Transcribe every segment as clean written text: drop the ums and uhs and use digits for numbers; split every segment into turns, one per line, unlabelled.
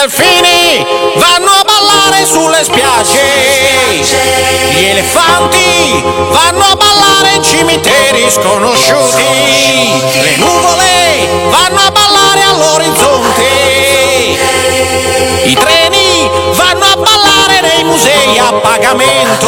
delfini vanno a ballare sulle spiagge, gli elefanti vanno a ballare in cimiteri sconosciuti, le nuvole vanno a ballare all'orizzonte, i treni vanno a ballare nei musei a pagamento.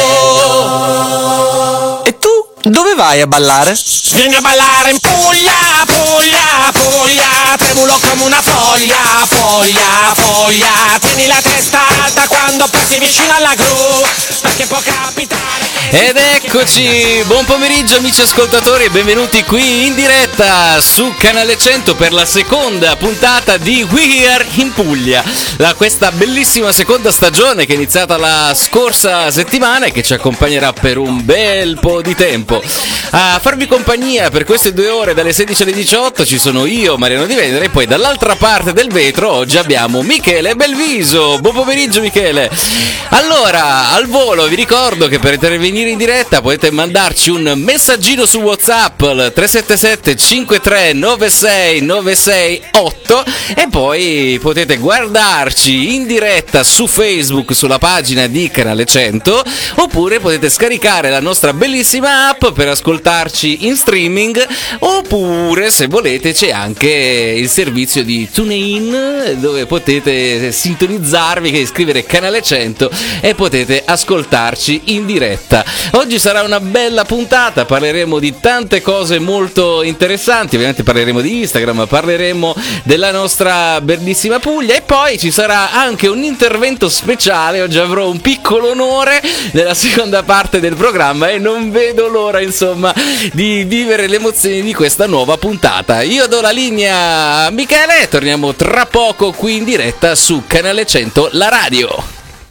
E tu dove vai a ballare?
Vieni a ballare in Puglia, Puglia, Puglia, tremulo come una foglia, foglia, foglia, tieni la testa alta quando passi vicino alla gru, perché può capitare.
Ed eccoci, buon pomeriggio amici ascoltatori e benvenuti qui in diretta su Canale 100 per la seconda puntata di We Are in Puglia, questa bellissima seconda stagione che è iniziata la scorsa settimana e che ci accompagnerà per un bel po' di tempo. A farvi compagnia per queste 2 ore dalle 16 alle 18 ci sono io, Mariano Di Vendere, e poi dall'altra parte del vetro oggi abbiamo Michele Belviso. Buon pomeriggio Michele. Allora, al volo vi ricordo che per intervenire in diretta potete mandarci un messaggino su WhatsApp al 377 53 96 968 e poi potete guardarci in diretta su Facebook sulla pagina di Canale 100, oppure potete scaricare la nostra bellissima app per ascoltarci in streaming, oppure se volete c'è anche il servizio di TuneIn dove potete sintonizzarvi, scrivere Canale 100 e potete ascoltarci in diretta. Oggi sarà una bella puntata, parleremo di tante cose molto interessanti, ovviamente parleremo di Instagram, parleremo della nostra bellissima Puglia e poi ci sarà anche un intervento speciale. Oggi avrò un piccolo onore nella seconda parte del programma e non vedo l'ora insomma di vivere le emozioni di questa nuova puntata. Io do la linea a Michele e torniamo tra poco qui in diretta su Canale 100, la radio.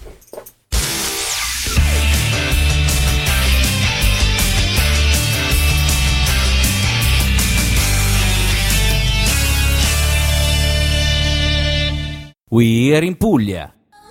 We Are in Puglia.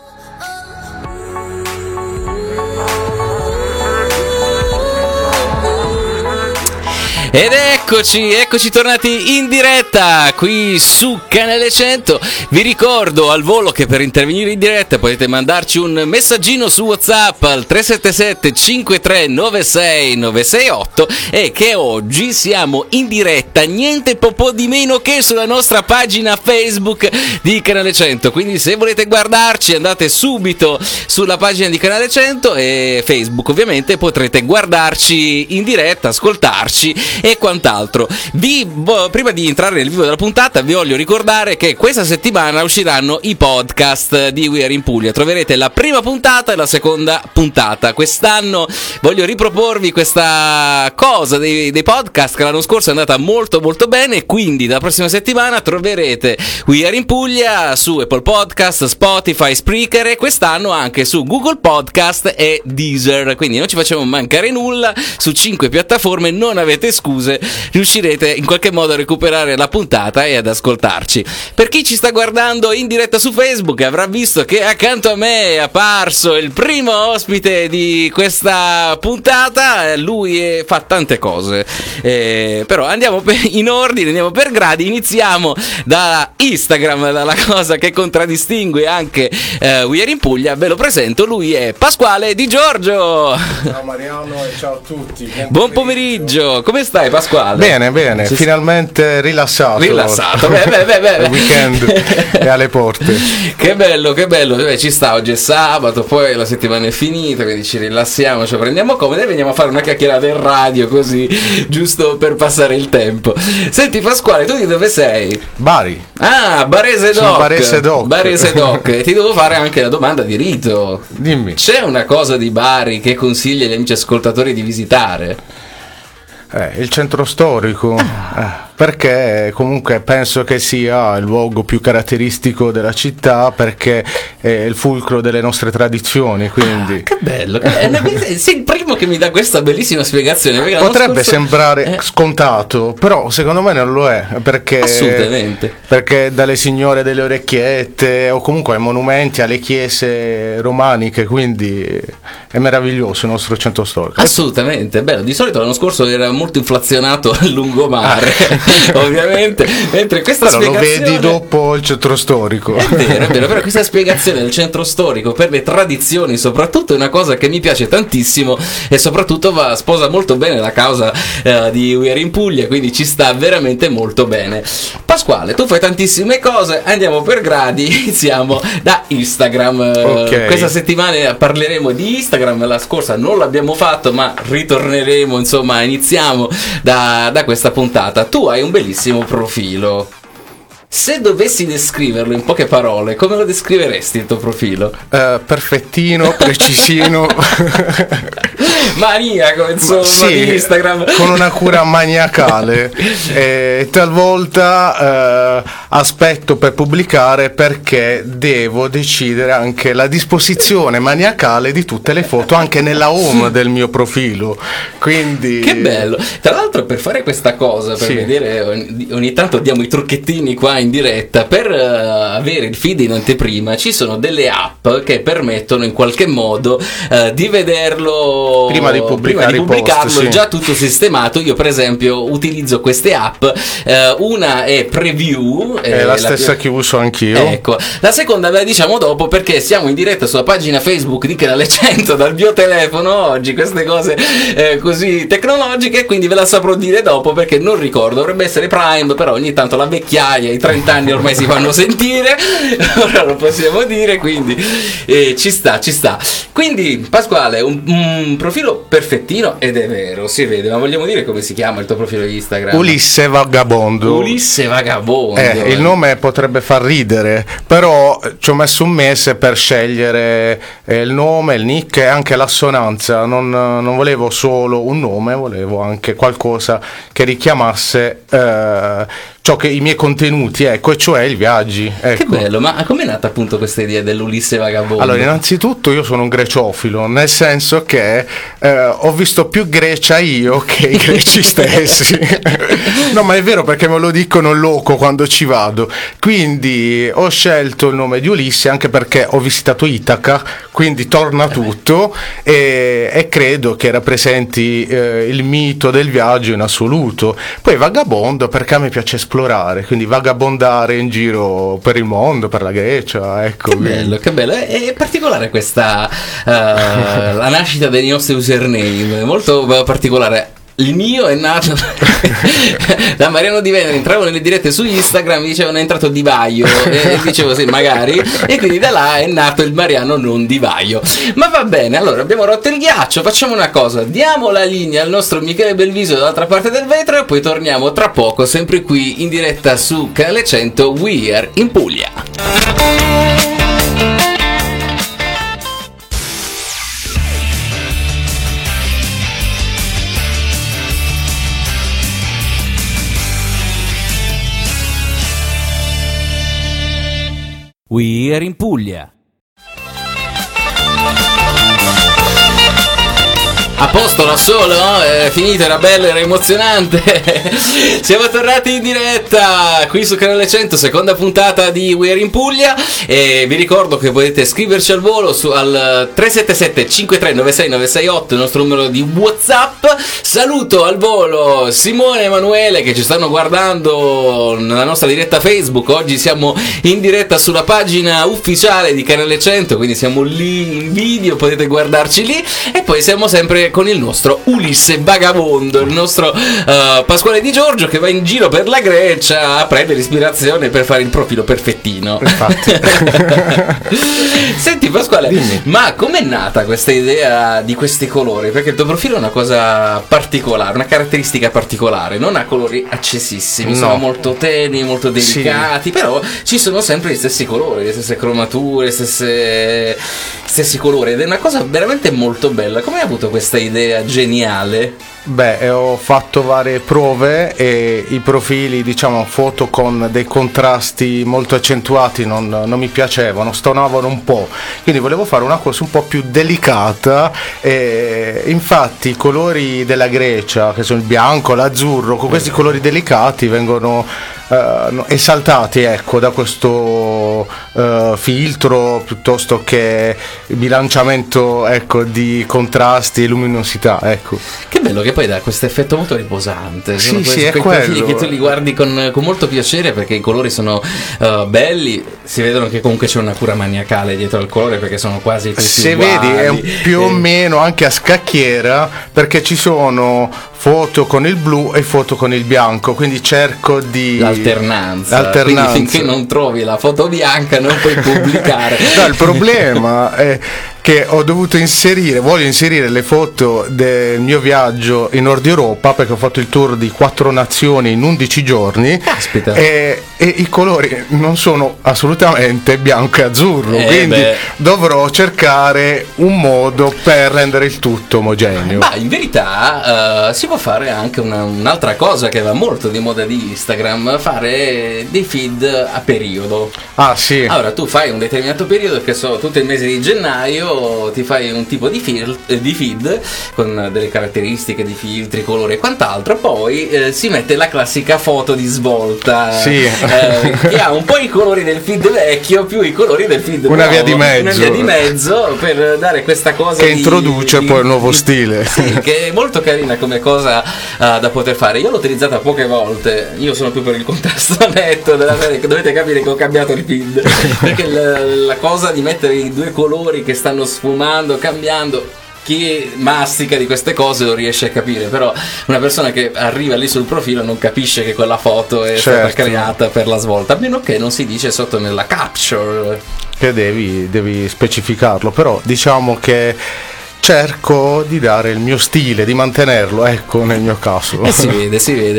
Ed eccoci tornati in diretta qui su Canale 100. Vi ricordo al volo che per intervenire in diretta potete mandarci un messaggino su WhatsApp al 377 53 96 968 e che oggi siamo in diretta niente po' di meno che sulla nostra pagina Facebook di Canale 100. Quindi se volete guardarci andate subito sulla pagina di Canale 100 e Facebook, ovviamente potrete guardarci in diretta, ascoltarci e quant'altro. Prima di entrare nel vivo della puntata vi voglio ricordare che questa settimana usciranno i podcast di We Are in Puglia. Troverete la prima puntata e la seconda puntata. Quest'anno voglio riproporvi questa cosa dei podcast che l'anno scorso è andata molto molto bene, quindi dalla prossima settimana troverete We Are in Puglia su Apple Podcast, Spotify, Spreaker e quest'anno anche su Google Podcast e Deezer. Quindi non ci facciamo mancare nulla, su 5 piattaforme, non avete scuse, riuscirete in qualche modo a recuperare la puntata e ad ascoltarci. Per chi ci sta guardando in diretta su Facebook avrà visto che accanto a me è apparso il primo ospite di questa puntata. Lui fa tante cose, però andiamo in ordine, andiamo per gradi. Iniziamo da Instagram, dalla cosa che contraddistingue anche We Are in Puglia. Ve lo presento, lui è Pasquale Di Giorgio.
Ciao Mariano e ciao a tutti.
Buon pomeriggio, come stai Pasquale?
Bene, finalmente rilassato.
Beh.
Il weekend è alle porte.
Che bello. Ci sta, oggi è sabato, poi la settimana è finita, quindi ci rilassiamo, ci prendiamo comodi e veniamo a fare una chiacchierata in radio così, giusto per passare il tempo. Senti Pasquale, tu di dove sei?
Bari.
Ah, Barese Doc.
Barese Doc.
Ti devo fare anche la domanda di rito.
Dimmi.
C'è una cosa di Bari che consigli agli amici ascoltatori di visitare?
Il centro storico, perché comunque penso che sia il luogo più caratteristico della città, perché è il fulcro delle nostre tradizioni, quindi...
Che bello, sei il primo che mi dà questa bellissima spiegazione.
Potrebbe sembrare scontato, però secondo me non lo è, perché...
Assolutamente.
Perché dalle signore delle orecchiette, o comunque ai monumenti, alle chiese romaniche, quindi è meraviglioso il nostro centro storico.
Assolutamente, bello. Di solito l'anno scorso era molto inflazionato a lungomare. ovviamente, mentre questa
Però lo
spiegazione
vedi dopo il centro storico.
è vero, però questa spiegazione del centro storico per le tradizioni soprattutto è una cosa che mi piace tantissimo e soprattutto sposa molto bene la causa di We Are in Puglia, quindi ci sta veramente molto bene. Pasquale, tu fai tantissime cose, andiamo per gradi, iniziamo da Instagram.
Ok.
Questa settimana parleremo di Instagram, la scorsa non l'abbiamo fatto, ma ritorneremo, insomma, iniziamo da questa puntata. Tu hai un bellissimo profilo. Se dovessi descriverlo in poche parole, come lo descriveresti il tuo profilo?
Perfettino, precisino.
Maniaco, insomma,
Sì,
di Instagram.
con una cura maniacale. Talvolta aspetto per pubblicare perché devo decidere anche la disposizione maniacale di tutte le foto, anche nella home del mio profilo. Quindi
Che bello! Tra l'altro, per fare questa cosa, per
Sì.
vedere, ogni tanto diamo i trucchettini qua in diretta, per avere il feed in anteprima ci sono delle app che permettono in qualche modo di vederlo
Prima di pubblicare i post,
pubblicarlo
sì.
già tutto sistemato. Io per esempio utilizzo queste app, una è Preview,
è la
la
stessa che uso anch'io.
Ecco, la seconda ve la diciamo dopo perché siamo in diretta sulla pagina Facebook di Canale 100 dal mio telefono oggi, queste cose così tecnologiche, quindi ve la saprò dire dopo perché non ricordo, dovrebbe essere Prime, però ogni tanto la vecchiaia, i 30 anni ormai si fanno sentire, ora lo possiamo dire, quindi ci sta. Quindi Pasquale, un profilo perfettino ed è vero, si vede, ma vogliamo dire come si chiama il tuo profilo di Instagram?
Ulisse Vagabondo.
Ulisse Vagabondo.
Il nome potrebbe far ridere, però ci ho messo un mese per scegliere il nome, il nick e anche l'assonanza. Non volevo solo un nome, volevo anche qualcosa che richiamasse ciò che i miei contenuti, ecco, e cioè i viaggi. Ecco.
Che bello, ma com'è nata appunto questa idea dell'Ulisse Vagabondo?
Allora, innanzitutto io sono un greciofilo, nel senso che ho visto più Grecia io che i greci stessi. No, ma è vero, perché me lo dicono loco quando ci vado. Quindi ho scelto il nome di Ulisse anche perché ho visitato Itaca, quindi torna tutto e credo che rappresenti il mito del viaggio in assoluto. Poi Vagabondo perché a me piace esplorare, quindi vagabondare in giro per il mondo, per la Grecia, ecco.
Che bello, è particolare questa la nascita dei nostri username, molto particolare. Il mio è nato da Mariano Di Venere, entravo nelle dirette su Instagram, mi dicevano è entrato Di Vaio e dicevo sì, magari, e quindi da là è nato il Mariano non Di Vaio. Ma va bene, allora abbiamo rotto il ghiaccio, facciamo una cosa, diamo la linea al nostro Michele Belviso dall'altra parte del vetro e poi torniamo tra poco, sempre qui in diretta su Canale 100 We Are in Puglia. We Are in Puglia. A posto da solo? È finito, era bello, era emozionante. Siamo tornati in diretta qui su Canale 100, seconda puntata di We Are in Puglia. E vi ricordo che potete scriverci al volo al 377 5396 968, il nostro numero di WhatsApp. Saluto al volo Simone e Emanuele che ci stanno guardando nella nostra diretta Facebook. Oggi siamo in diretta sulla pagina ufficiale di Canale 100, quindi siamo lì in video, potete guardarci lì. E poi siamo sempre con il nostro Ulisse Vagabondo, il nostro Pasquale Di Giorgio che va in giro per la Grecia a prendere ispirazione per fare il profilo perfettino.
Infatti.
Senti Pasquale,
Dimmi.
ma com'è nata questa idea di questi colori? Perché il tuo profilo è una cosa particolare, una caratteristica particolare, non ha colori accesissimi,
No.
sono molto tenui, molto delicati, però ci sono sempre gli stessi colori, le stesse cromature, stessi colori, ed è una cosa veramente molto bella. Come hai avuto questa idea geniale?
Beh, ho fatto varie prove e i profili, diciamo, foto con dei contrasti molto accentuati non mi piacevano, stonavano un po', quindi volevo fare una cosa un po' più delicata e infatti i colori della Grecia, che sono il bianco, l'azzurro, con questi colori delicati vengono esaltati, ecco, da questo filtro piuttosto che bilanciamento, ecco, di contrasti e luminosità, ecco.
Che bello che poi dà questo effetto molto riposante. Sono
Sì, è
quei
quello.
profili che tu li guardi con molto piacere, perché i colori sono belli, si vedono che comunque c'è una cura maniacale dietro al colore, perché sono quasi tutti
Se
uguali.
vedi è più o meno anche a scacchiera, perché ci sono foto con il blu e foto con il bianco, quindi cerco di
l'alternanza. Quindi finché non trovi la foto bianca non puoi pubblicare.
No, il problema è che voglio inserire le foto del mio viaggio in Nord Europa, perché ho fatto il tour di 4 nazioni in 11 giorni.
Caspita.
E i colori non sono assolutamente bianco e azzurro, quindi dovrò cercare un modo per rendere il tutto omogeneo.
Ma in verità si può fare anche un'altra cosa che va molto di moda di Instagram, fare dei feed a periodo.
Ah sì.
Allora tu fai un determinato periodo, che so, tutto il mese di gennaio ti fai un tipo di feed con delle caratteristiche di filtri, colori e quant'altro, poi si mette la classica foto di svolta,
sì.
Che ha un po' i colori del feed vecchio più i colori del feed
una
nuovo,
via di mezzo.
una via di mezzo, per dare questa cosa
che introduce poi il nuovo stile.
Sì, che è molto carina come cosa da poter fare. Io l'ho utilizzata poche volte, io sono più per il contrasto netto dovete capire che ho cambiato il feed perché la cosa di mettere i due colori che stanno sfumando, cambiando, chi mastica di queste cose lo riesce a capire, però una persona che arriva lì sul profilo non capisce che quella foto è stata creata per la svolta, a meno che non si dice sotto nella capture
che devi specificarlo, però diciamo che cerco di dare il mio stile, di mantenerlo, ecco, nel mio caso.
Si vede.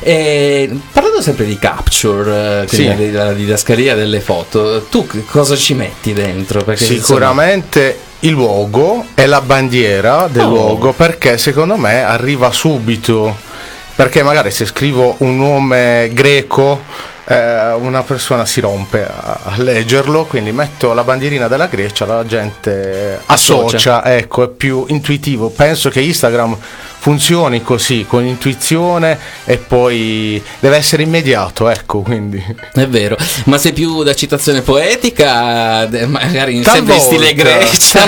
Parlando sempre di capture, quindi della didascalia delle foto, tu cosa ci metti dentro? Perché
sicuramente il logo e la bandiera del logo, perché secondo me arriva subito, perché magari se scrivo un nome greco una persona si rompe a leggerlo, quindi metto la bandierina della Grecia, la gente associa, ecco, è più intuitivo. Penso che Instagram funzioni così, con intuizione, e poi deve essere immediato, ecco, quindi
è vero. Ma sei più da citazione poetica, magari sempre in stile Grecia?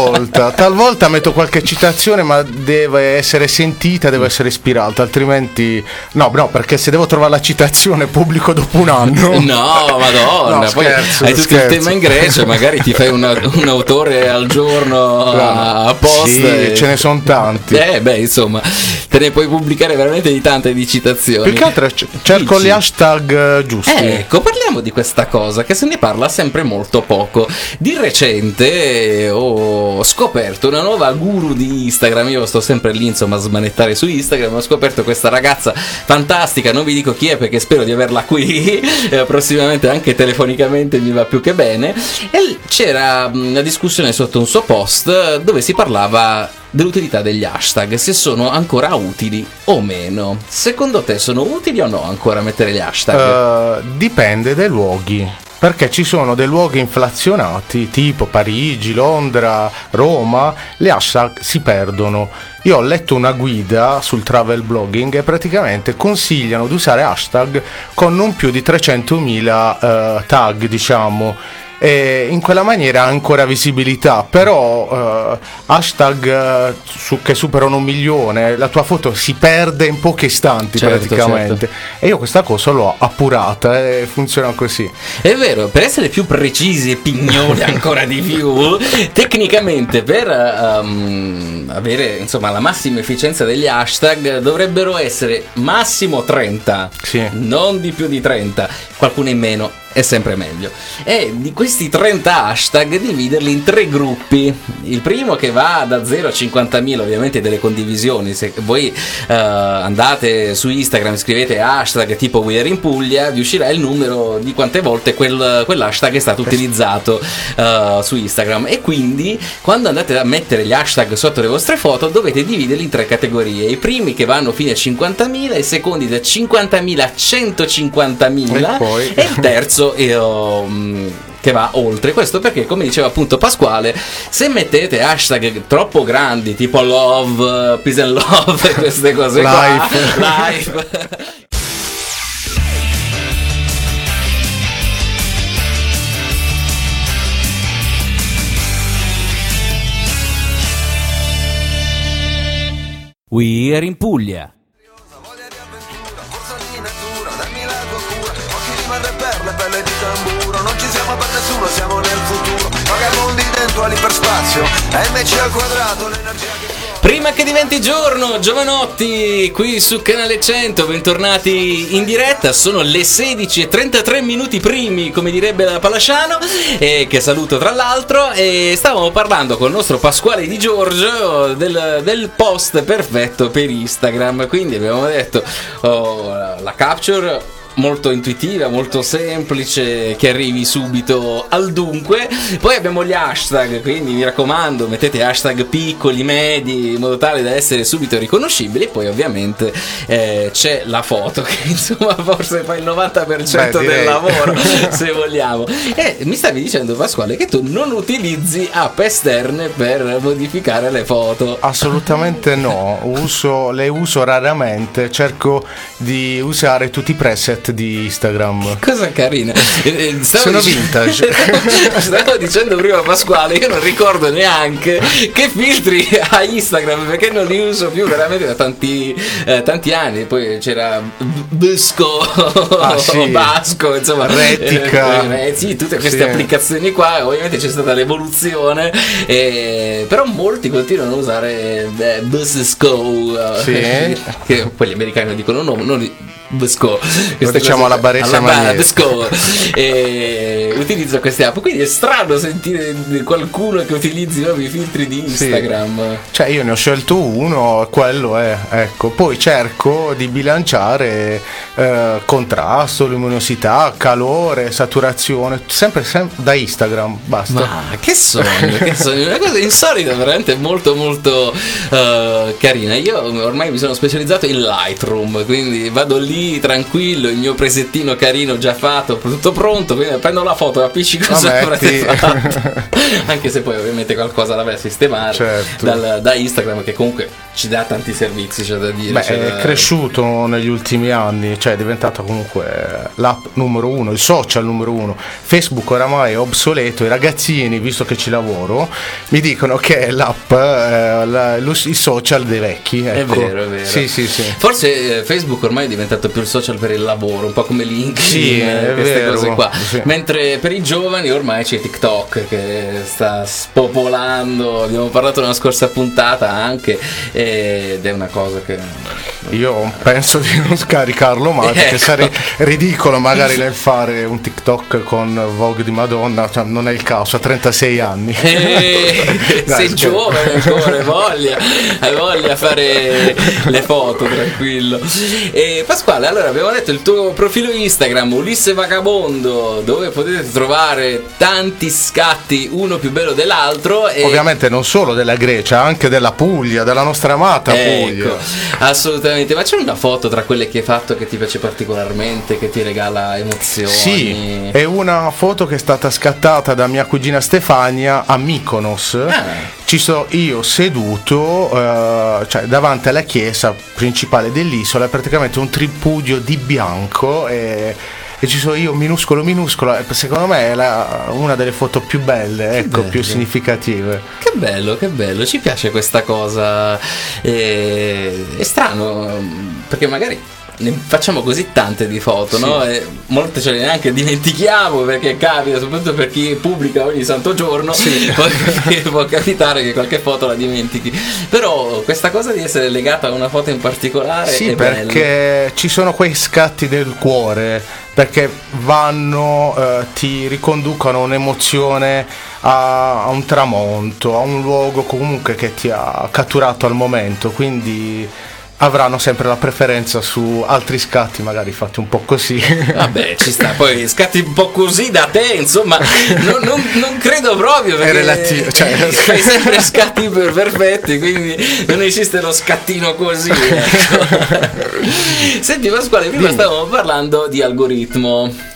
Talvolta metto qualche citazione, ma deve essere sentita, deve essere ispirata, altrimenti no, perché se devo trovare la citazione pubblico dopo un anno.
No, madonna,
no,
poi
scherzo,
hai tutto il tema in Grecia, magari ti fai un autore al giorno a post.
Sì, ce ne sono tanti.
Insomma, te ne puoi pubblicare veramente di tante di citazioni.
Più che altro cerco gli hashtag giusti.
Ecco, parliamo di questa cosa che se ne parla sempre molto poco. Di recente ho scoperto una nuova guru di Instagram. Io sto sempre lì, insomma, a smanettare su Instagram. Ho scoperto questa ragazza fantastica, non vi dico chi è perché spero di averla qui prossimamente, anche telefonicamente mi va più che bene. E c'era una discussione sotto un suo post dove si parlava dell'utilità degli hashtag, se sono ancora utili o meno. Secondo te sono utili o no ancora mettere gli hashtag?
Dipende dai luoghi, perché ci sono dei luoghi inflazionati tipo Parigi, Londra, Roma, le hashtag si perdono. Io ho letto una guida sul travel blogging e praticamente consigliano di usare hashtag con non più di 300.000 tag, diciamo, e in quella maniera ha ancora visibilità, però hashtag che superano 1 milione, la tua foto si perde in pochi istanti, praticamente. E io questa cosa l'ho appurata e funziona così.
È vero, per essere più precisi e pignoli ancora di più, tecnicamente per avere, insomma, la massima efficienza degli hashtag dovrebbero essere massimo 30, non di più di 30, qualcuno in meno è sempre meglio. E di questi 30 hashtag dividerli in 3 gruppi. Il primo che va da 0 a 50.000, ovviamente delle condivisioni. Se voi andate su Instagram, scrivete hashtag tipo We Are in Puglia, vi uscirà il numero di quante volte quell'hashtag è stato utilizzato su Instagram. E quindi quando andate a mettere gli hashtag sotto le vostre foto dovete dividerli in 3 categorie. I primi che vanno fino a 50.000, i secondi da 50.000 a 150.000 e il terzo che va oltre. Questo perché, come diceva appunto Pasquale, se mettete hashtag troppo grandi tipo love, peace and love, queste cose life. We Are in Puglia.
Voglia di avventura, corsa in natura, dammi la tua cura, occhi di madre perle, pelle di tamburo, non ci siamo per nessuno, siamo nel futuro, vagabondi dentro all'iperspazio, MC al quadrato, l'energia che scuola.
Prima che diventi giorno, giovanotti, qui su Canale 100, bentornati in diretta, sono le 16:33 minuti primi, come direbbe la Palasciano, che saluto tra l'altro, e stavamo parlando con il nostro Pasquale Di Giorgio del post perfetto per Instagram, quindi abbiamo detto la capture molto intuitiva, molto semplice, che arrivi subito al dunque. Poi abbiamo gli hashtag, quindi mi raccomando, mettete hashtag piccoli, medi, in modo tale da essere subito riconoscibili. E poi ovviamente c'è la foto, che insomma forse fa il 90% del lavoro, se vogliamo. E mi stavi dicendo, Pasquale, che tu non utilizzi app esterne per modificare le foto.
Assolutamente no, le uso raramente, cerco di usare tutti i preset di Instagram.
Cosa carina.
Sono vintage.
Stavo dicendo prima, Pasquale, io non ricordo neanche che filtri ha Instagram, perché non li uso più veramente da tanti anni. Poi c'era Busco,
sì.
Basco, insomma,
Retica,
sì, tutte queste applicazioni qua. Ovviamente c'è stata l'evoluzione, però molti continuano a usare Busco,
sì.
Che poi gli americani dicono no, non Busco,
lo diciamo alla barese
Busco. Utilizzo queste app, quindi è strano sentire qualcuno che utilizzi i filtri di Instagram.
Sì. Cioè io ne ho scelto uno, quello è, ecco. Poi cerco di bilanciare contrasto, luminosità, calore, saturazione, sempre da Instagram, basta.
Ma che sogno, una cosa insolita, veramente molto molto carina. Io ormai mi sono specializzato in Lightroom, quindi vado lì tranquillo, il mio presettino carino già fatto, tutto pronto, quindi prendo la foto, la appiccico sopra e fatto. Anche se poi ovviamente qualcosa la vai a sistemare, certo, da Instagram, che comunque ci dà tanti servizi, c'è da dire.
È cresciuto negli ultimi anni, cioè è diventata comunque l'app numero uno, il social numero uno. Facebook oramai è obsoleto, i ragazzini, visto che ci lavoro, mi dicono che è l'app, il social dei vecchi, ecco.
È vero.
Sì.
Forse Facebook ormai è diventato più il social per il lavoro, un po' come LinkedIn,
sì,
queste cose qua.
Sì.
Mentre per i giovani ormai c'è TikTok che sta spopolando, abbiamo parlato nella scorsa puntata anche, ed è una cosa che
io penso di non scaricarlo mai, perché sarei ridicolo magari nel fare un TikTok con Vogue di Madonna, cioè non è il caso, a 36 anni.
Sei giovane ancora, hai voglia fare le foto, tranquillo. E Pasquale, allora abbiamo detto il tuo profilo Instagram, Ulisse Vagabondo, dove potete trovare tanti scatti, uno più bello dell'altro, e
ovviamente non solo della Grecia, anche della Puglia, della nostra amata Puglia.
Assolutamente. Ma c'è una foto tra quelle che hai fatto che ti piace particolarmente, che ti regala emozioni?
Sì, è una foto che è stata scattata da mia cugina Stefania a Mykonos. Ci sono io seduto cioè davanti alla chiesa principale dell'isola, praticamente un tripudio di bianco, e ci sono io minuscolo, secondo me è una delle foto più belle, ecco, più significative.
Che bello, ci piace questa cosa. È strano, perché magari ne facciamo così tante di foto, sì, no? E molte ce le neanche dimentichiamo, perché capita, soprattutto per chi pubblica ogni santo giorno, sì, può capitare che qualche foto la dimentichi. Però questa cosa di essere legata a una foto in particolare,
sì,
è
perché
bello.
Ci sono quei scatti del cuore, perché ti riconducono un'emozione a un tramonto, a un luogo comunque che ti ha catturato al momento, quindi avranno sempre la preferenza su altri scatti magari fatti un po' così.
Vabbè, ci sta, poi scatti un po' così da te, insomma, non credo proprio, perché
è relativo, cioè
fai sempre scatti perfetti, quindi non esiste lo scattino così, ecco. Senti Pasquale, prima stavamo parlando di algoritmo.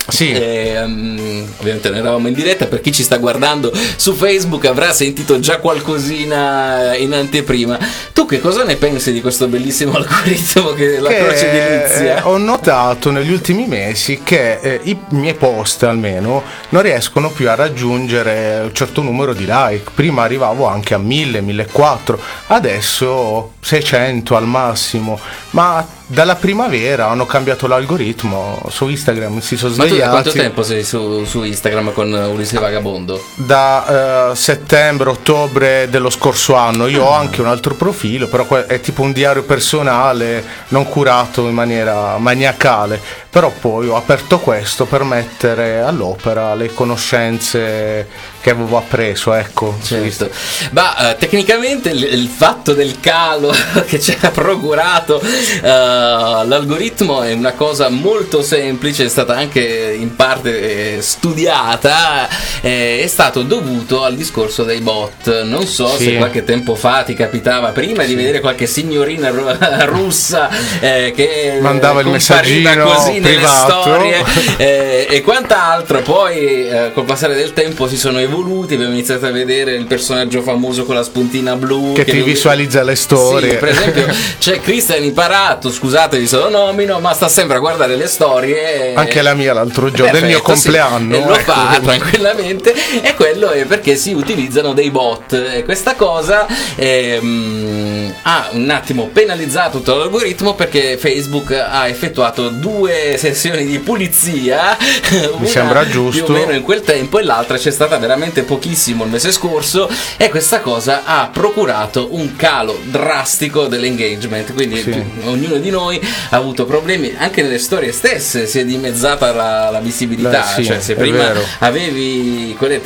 Sì.
Ovviamente noi eravamo in diretta, per chi ci sta guardando su Facebook avrà sentito già qualcosina in anteprima. Tu che cosa ne pensi di questo bellissimo algoritmo che la croce edilizia?
Ho notato negli ultimi mesi che i miei post almeno non riescono più a raggiungere un certo numero di like. Prima arrivavo anche a 1000, 1400, adesso 600 al massimo, ma dalla primavera hanno cambiato l'algoritmo su Instagram, si sono
Ma tu
svegliati.
da quanto tempo sei su Instagram con Ulisse Vagabondo?
Da settembre, ottobre dello scorso anno. Io ho anche un altro profilo, però è tipo un diario personale, non curato in maniera maniacale, però poi ho aperto questo per mettere all'opera le conoscenze che avevo appreso, ecco.
Certo. Ma tecnicamente il fatto del calo che ci ha procurato l'algoritmo è una cosa molto semplice, è stata anche in parte studiata, è stato dovuto al discorso dei bot. Non so se qualche tempo fa ti capitava prima di vedere qualche signorina russa che
mandava il messaggino
così
privato
nelle storie e quant'altro. Poi col passare del tempo si sono evoluti, abbiamo iniziato a vedere il personaggio famoso con la spuntina blu
che ti visualizza le storie.
Sì, per esempio c'è Cristian Imparato, scusatevi se lo nomino, ma sta sempre a guardare le storie.
Anche la mia l'altro giorno, del mio compleanno.
Sì, e lo fa tranquillamente, e quello è perché si utilizzano dei bot, e questa cosa ha un attimo penalizzato tutto l'algoritmo, perché Facebook ha effettuato 2 sessioni di pulizia,
mi sembra giusto,
più o meno in quel tempo, e l'altra c'è stata veramente pochissimo il mese scorso, e questa cosa ha procurato un calo drastico dell'engagement, quindi ognuno di noi ha avuto problemi anche nelle storie stesse, si è dimezzata la visibilità. Cioè se prima avevi quelle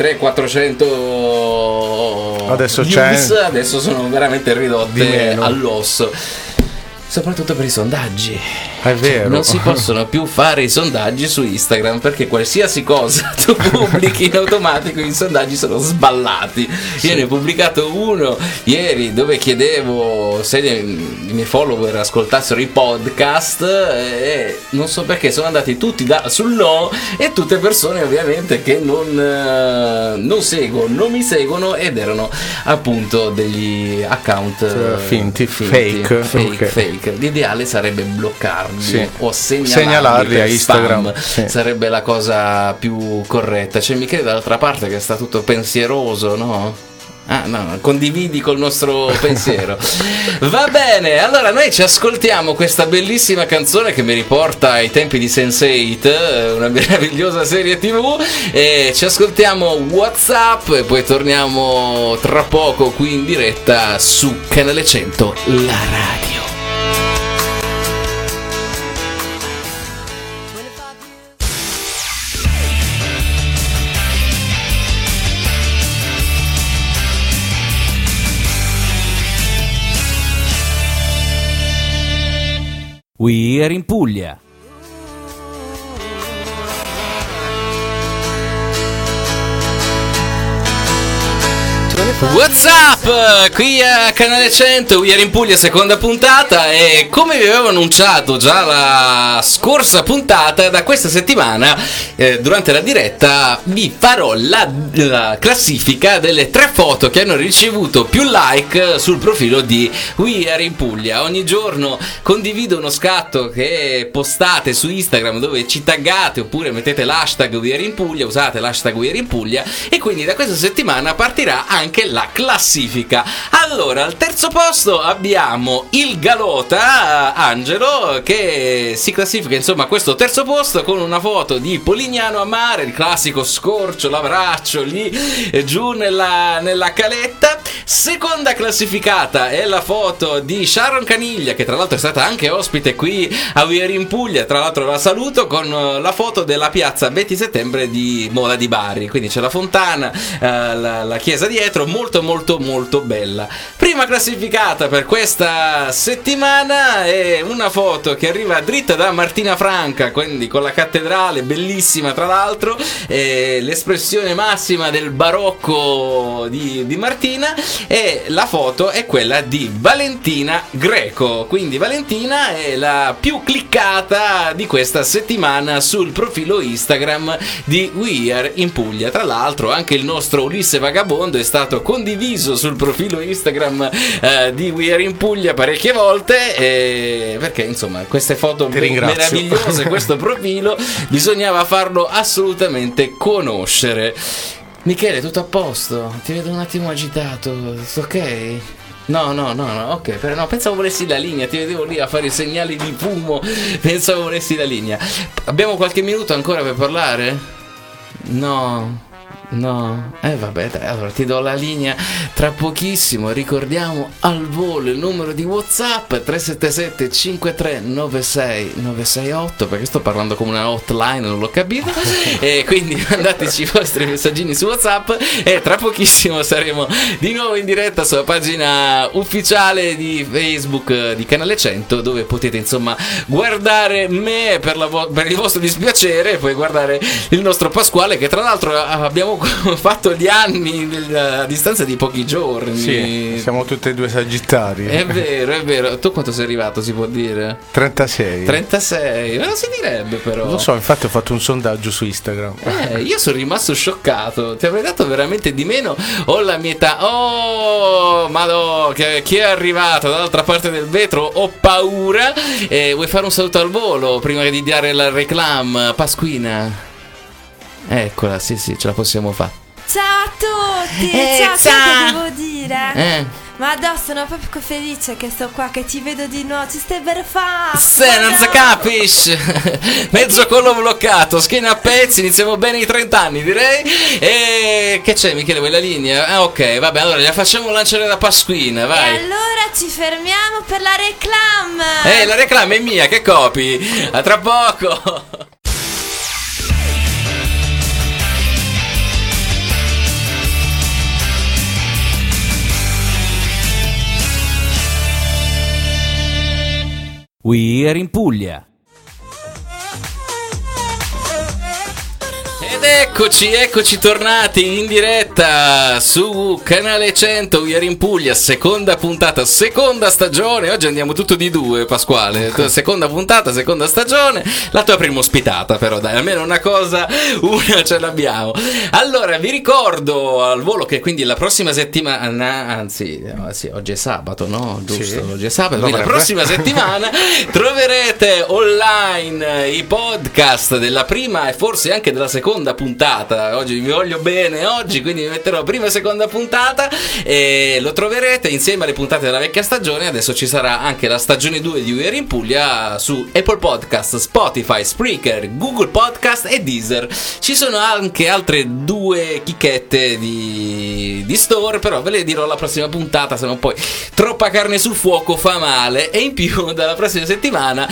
300-400
adesso
views, adesso sono veramente ridotte all'osso, soprattutto per i sondaggi.
È vero.
Non si possono più fare i sondaggi su Instagram, perché qualsiasi cosa tu pubblichi in automatico i sondaggi sono sballati. Io ne ho pubblicato uno ieri dove chiedevo se i miei follower ascoltassero i podcast, e non so perché sono andati tutti sul no, e tutte persone ovviamente che non mi seguono, ed erano appunto degli account
finti, fake.
L'ideale sarebbe bloccarli o
segnalarli a Instagram,
sarebbe la cosa più corretta. C'è Michele dall'altra parte che sta tutto pensieroso, no? Ah no, condividi col nostro pensiero. Va bene, allora noi ci ascoltiamo questa bellissima canzone che mi riporta ai tempi di Sense8, una meravigliosa serie TV, e ci ascoltiamo WhatsApp e poi torniamo tra poco qui in diretta su Canale 100, la radio.
We Are in Puglia.
What's up? Qui a Canale 100, We Are in Puglia, seconda puntata, e come vi avevo annunciato già la scorsa puntata, da questa settimana durante la diretta vi farò la classifica delle 3 foto che hanno ricevuto più like sul profilo di We Are in Puglia. Ogni giorno condivido uno scatto che postate su Instagram dove ci taggate oppure mettete l'hashtag We Are in Puglia, usate l'hashtag We Are in Puglia, e quindi da questa settimana partirà anche la classifica. Allora, al terzo posto abbiamo il Galota Angelo, che si classifica insomma a questo terzo posto con una foto di Polignano a mare, il classico scorcio, l'abbraccio lì giù nella caletta. Seconda classificata è la foto di Sharon Caniglia, che tra l'altro è stata anche ospite qui a We Are in Puglia, tra l'altro la saluto, con la foto della piazza 20 settembre di Moda di Bari, quindi c'è la fontana, la chiesa dietro, molto molto molto bella. Prima prima classificata per questa settimana è una foto che arriva dritta da Martina Franca, quindi con la cattedrale, bellissima tra l'altro, l'espressione massima del barocco di Martina, e la foto è quella di Valentina Greco. Quindi Valentina è la più cliccata di questa settimana sul profilo Instagram di We Are in Puglia. Tra l'altro anche il nostro Ulisse Vagabondo è stato condiviso sul profilo Instagram di We Are in Puglia parecchie volte, perché insomma queste foto meravigliose, questo profilo bisognava farlo assolutamente conoscere. Michele, tutto a posto? Ti vedo un attimo agitato, ok? No, ok, però no, pensavo volessi la linea, ti vedevo lì a fare i segnali di fumo, pensavo volessi la linea. Abbiamo qualche minuto ancora per parlare? No, vabbè dai, allora ti do la linea tra pochissimo. Ricordiamo al volo il numero di WhatsApp 377 53 96 968, perché sto parlando come una hotline, non l'ho capito. E quindi mandateci i vostri messaggini su WhatsApp e tra pochissimo saremo di nuovo in diretta sulla pagina ufficiale di Facebook di Canale 100, dove potete insomma guardare me per il vostro dispiacere e poi guardare il nostro Pasquale, che tra l'altro abbiamo fatto gli anni a distanza di pochi giorni.
Sì, siamo tutti e due sagittari.
È vero. Tu quanto sei arrivato, si può dire?
36.
Ma non si direbbe però.
Lo so, infatti ho fatto un sondaggio su Instagram.
Io sono rimasto scioccato. Ti avrei dato veramente di meno o la mia età? Oh, madò, chi è arrivato dall'altra parte del vetro? Ho paura. Vuoi fare un saluto al volo prima di dare la reclam, Pasquina? Eccola, sì, ce la possiamo fare.
Ciao a tutti! Ciao, che devo dire? Ma addosso sono proprio felice che sto qua, che ti vedo di nuovo, ci stai per fare!
Se non si capisce! Mezzo collo bloccato, schiena a pezzi, iniziamo bene i 30 anni, direi. E che c'è, Michele, vuoi la linea? Ok, vabbè, allora la facciamo lanciare da Pasquina, vai!
E allora ci fermiamo per la reclam!
La reclam è mia, che copi! A tra poco!
We Are in Puglia.
Ed eccoci tornati in diretta su Canale 100, We Are in Puglia, seconda puntata, seconda stagione. Oggi andiamo tutto di due, Pasquale. Seconda puntata, seconda stagione. La tua prima ospitata, però dai, almeno una ce l'abbiamo. Allora, vi ricordo al volo che quindi la prossima settimana, anzi, sì, oggi è sabato, no? Giusto, sì. Oggi è sabato, quindi la prossima settimana troverete online i podcast della prima e forse anche della seconda puntata. Oggi vi voglio bene oggi, quindi vi metterò prima e seconda puntata e lo troverete insieme alle puntate della vecchia stagione. Adesso ci sarà anche la stagione 2 di We Are in Puglia su Apple Podcast, Spotify, Spreaker, Google Podcast e Deezer. Ci sono anche altre 2 chicchette di store, però ve le dirò la prossima puntata, se no poi troppa carne sul fuoco fa male. E in più dalla prossima settimana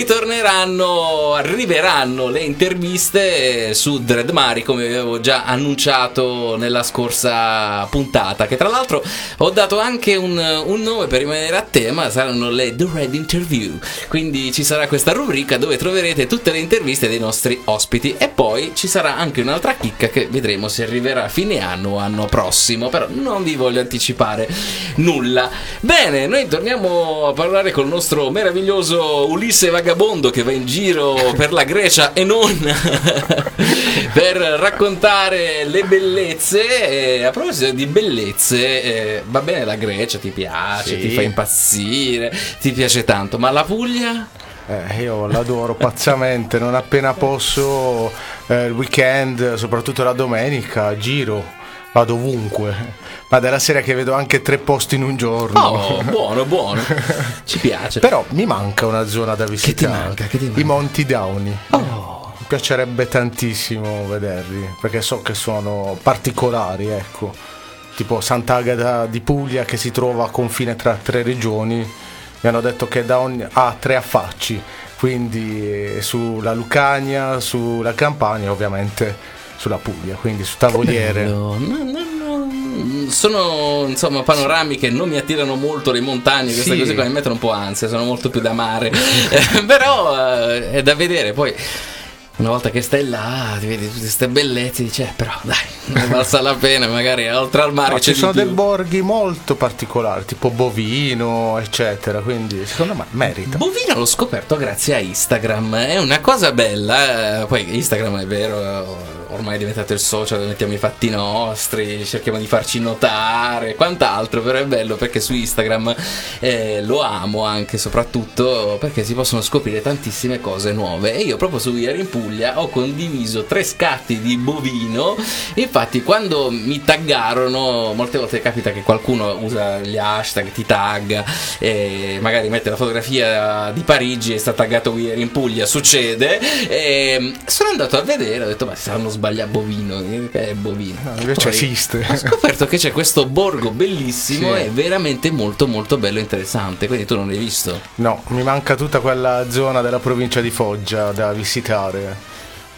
arriveranno le interviste su Dread Mari, come avevo già annunciato nella scorsa puntata, che tra l'altro ho dato anche un nome per rimanere a tema, saranno le The Red Interview. Quindi ci sarà questa rubrica dove troverete tutte le interviste dei nostri ospiti e poi ci sarà anche un'altra chicca che vedremo se arriverà a fine anno o anno prossimo, però non vi voglio anticipare nulla. Bene, noi torniamo a parlare col nostro meraviglioso Ulisse Vagabondo, che va in giro per la Grecia e non per raccontare le bellezze. A proposito di bellezze, va bene la Grecia, ti piace, sì, ti fa impazzire, ti piace tanto, ma la Puglia?
Io l'adoro pazzamente, non appena posso, il weekend, soprattutto la domenica, giro, vado ovunque. Ma della serie che vedo anche 3 posti in un giorno.
Oh, buono, ci piace.
Però mi manca una zona da visitare.
Che ti manca?
I Monti Dauni.
Oh.
Mi piacerebbe tantissimo vederli, perché so che sono particolari, ecco. Tipo Sant'Agata di Puglia, che si trova a confine tra 3 regioni. Mi hanno detto che ha 3 affacci, quindi sulla Lucania, sulla Campania e ovviamente sulla Puglia, quindi su Tavoliere.
sono insomma panorami che non mi attirano molto, le montagne, queste
Sì.
cose qua mi mettono un po' ansia, sono molto più da mare. Però è da vedere. Poi una volta che stai là, ti vedi tutte queste bellezze, dici, però dai, ne valsa la pena, magari oltre al mare
No,
c'è
ci sono
di
dei
più.
borghi molto particolari, tipo Bovino, eccetera, quindi secondo me merita.
Bovino l'ho scoperto grazie a Instagram, è una cosa bella, poi Instagram è vero, ormai è diventato il social dove mettiamo i fatti nostri, cerchiamo di farci notare, quant'altro, però è bello perché su Instagram lo amo anche soprattutto perché si possono scoprire tantissime cose nuove e io proprio su We Are in Puglia ho condiviso 3 scatti di bovino. Infatti quando mi taggarono, molte volte capita che qualcuno usa gli hashtag, ti tagga e magari mette la fotografia di Parigi e sta taggato We Are in Puglia, succede, e sono andato a vedere, ho detto ma saranno sbagliato bovino, che è bovino.
No, invece
Poi
esiste.
ho scoperto che c'è questo borgo bellissimo
Sì.
e veramente molto molto bello e interessante, quindi tu non l'hai visto?
No, mi manca tutta quella zona della provincia di Foggia da visitare.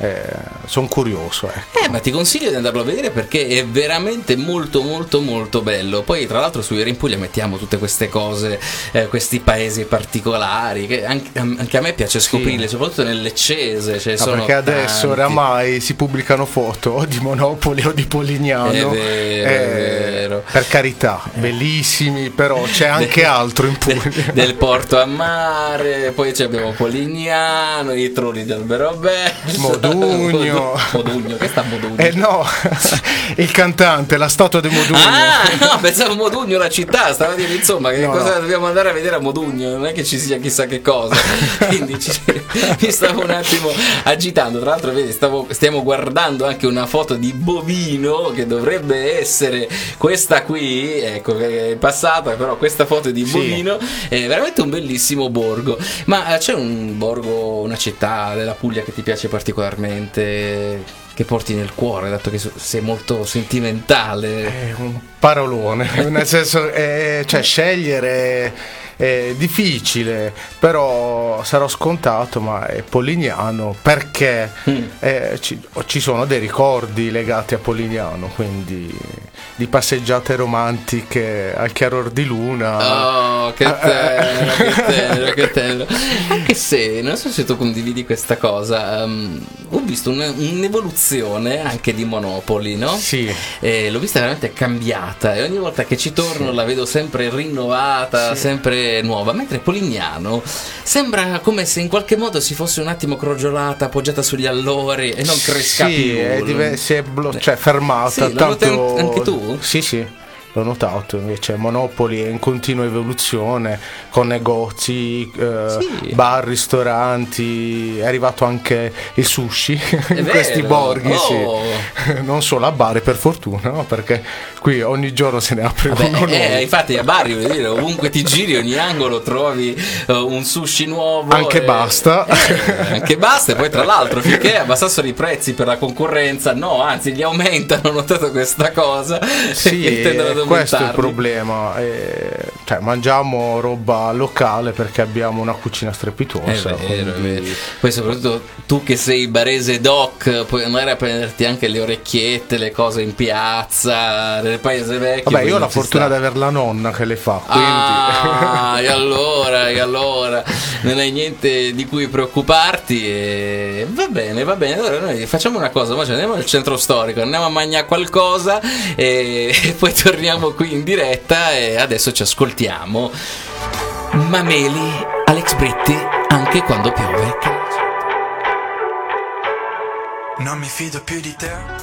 Sono curioso, ecco.
Ma ti consiglio di andarlo a vedere perché è veramente molto molto molto bello. Poi tra l'altro su Era in Puglia mettiamo tutte queste cose, questi paesi particolari che anche a me piace scoprirle, soprattutto nel Leccese, cioè sono
perché adesso
tanti.
oramai si pubblicano foto o di Monopoli o di Polignano.
È vero, è vero.
Per carità, bellissimi, però c'è anche altro in Puglia.
Del porto a mare, poi abbiamo Polignano, i trulli di Alberobello,
Modugno.
Modugno, che sta Modugno?
No, il cantante, la statua di Modugno.
Ah, no, pensavo Modugno la città, stavo a dire insomma che
No,
cosa
no.
dobbiamo andare a vedere a Modugno, non è che ci sia chissà che cosa. Quindi mi stavo un attimo agitando. Tra l'altro vedi, stiamo guardando anche una foto di bovino che dovrebbe essere questa qui, ecco, che è passata, però questa foto di
Sì.
bovino è veramente un bellissimo borgo. Ma c'è un borgo, una città della Puglia che ti piace particolarmente, che porti nel cuore, dato che sei molto sentimentale?
È un parolone, nel senso, cioè scegliere è difficile, però sarò scontato, ma è Polignano perché ci sono dei ricordi legati a Polignano, quindi di passeggiate romantiche al chiaror di luna.
Oh, che tenero, che tenero, che tenero. Anche se, non so se tu condividi questa cosa, ho visto un'evoluzione anche di Monopoli, no?
Sì.
L'ho vista veramente cambiata e ogni volta che ci torno la vedo sempre rinnovata, sempre nuova, mentre Polignano sembra come se in qualche modo si fosse un attimo crogiolata, appoggiata sugli allori e non cresca
Sì,
più.
si è cioè fermata.
Sì, lo noti anche tu?
Sì, l'ho notato. Invece Monopoli è in continua evoluzione, con negozi,
Sì.
bar, ristoranti. È arrivato anche il sushi in
vero?
questi borghi,
Oh.
sì. Non solo a Bari, per fortuna, no? Perché qui ogni giorno se ne apre uno nuovo.
Infatti a Bari, voglio dire, ovunque ti giri, ogni angolo trovi un sushi nuovo.
Anche basta.
Anche basta. E poi tra l'altro finché abbassassero i prezzi per la concorrenza, no, anzi li aumentano. Ho notato questa cosa.
Sì,
Che tendono ad
questo è il
aumentarli.
problema. Cioè, mangiamo roba locale perché abbiamo una cucina
È
strepitosa.
vero, è
quindi-
vero. Poi soprattutto tu che sei barese doc puoi andare a prenderti anche le orecchiette, le cose in piazza nel paese vecchio.
Vabbè, io ho
non
la
ci
fortuna
sta.
di avere la nonna che le fa, quindi
Ah, e allora non hai niente di cui preoccuparti e va bene. Allora noi facciamo una cosa, oggi andiamo nel centro storico, andiamo a mangiare qualcosa e poi torniamo qui in diretta e adesso ci ascoltiamo Mameli, Alex Britti, anche quando piove.
Non mi fido più di te.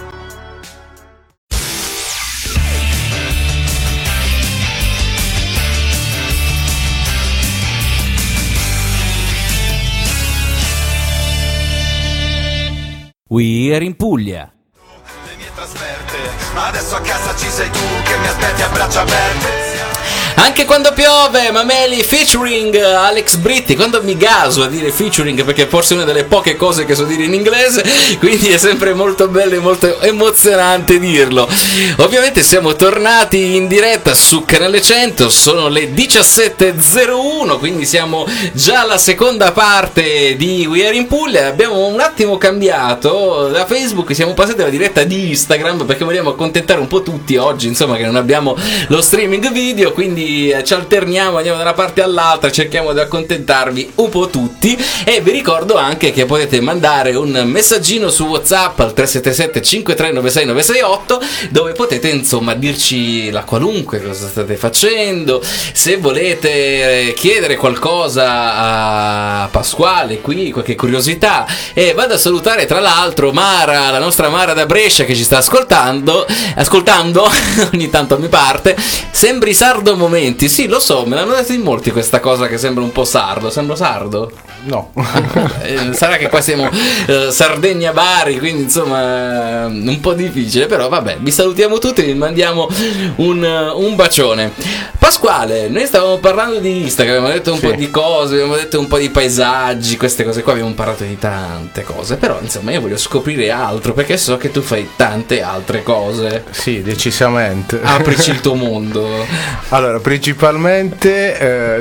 We Are in Puglia.
Le mie trasferte, ma adesso a casa ci sei tu che mi aspetti a braccia aperte.
Anche quando piove, Mameli featuring Alex Britti. Quando mi gaso a dire featuring, perché forse è una delle poche cose che so dire in inglese, quindi è sempre molto bello e molto emozionante dirlo. Ovviamente siamo tornati in diretta su Canale 100, sono le 17.01, quindi siamo già alla seconda parte di We Are in Puglia. Abbiamo un attimo cambiato da Facebook, siamo passati alla diretta di Instagram perché vogliamo accontentare un po' tutti oggi, insomma, che non abbiamo lo streaming video, quindi ci alterniamo, andiamo da una parte all'altra, cerchiamo di accontentarvi un po' tutti. E vi ricordo anche che potete mandare un messaggino su WhatsApp al 377 5396 968, dove potete insomma dirci la qualunque, cosa state facendo, se volete chiedere qualcosa a Pasquale qui, qualche curiosità. E vado a salutare tra l'altro Mara, la nostra Mara da Brescia, che ci sta ascoltando ogni tanto mi parte. Sembri sardo a momenti. Sì, lo so, me l'hanno detto in molti questa cosa, che sembra un po' sardo. Sembro sardo?
No.
Sarà che qua siamo Sardegna-Bari, quindi insomma un po' difficile, però vabbè, vi salutiamo tutti e vi mandiamo un bacione. Pasquale, noi stavamo parlando di Instagram, abbiamo detto un po' di cose, abbiamo detto un po' di paesaggi, queste cose qua, abbiamo parlato di tante cose, però insomma io voglio scoprire altro, perché so che tu fai tante altre cose.
Sì, decisamente.
Aprici il tuo mondo.
Allora, principalmente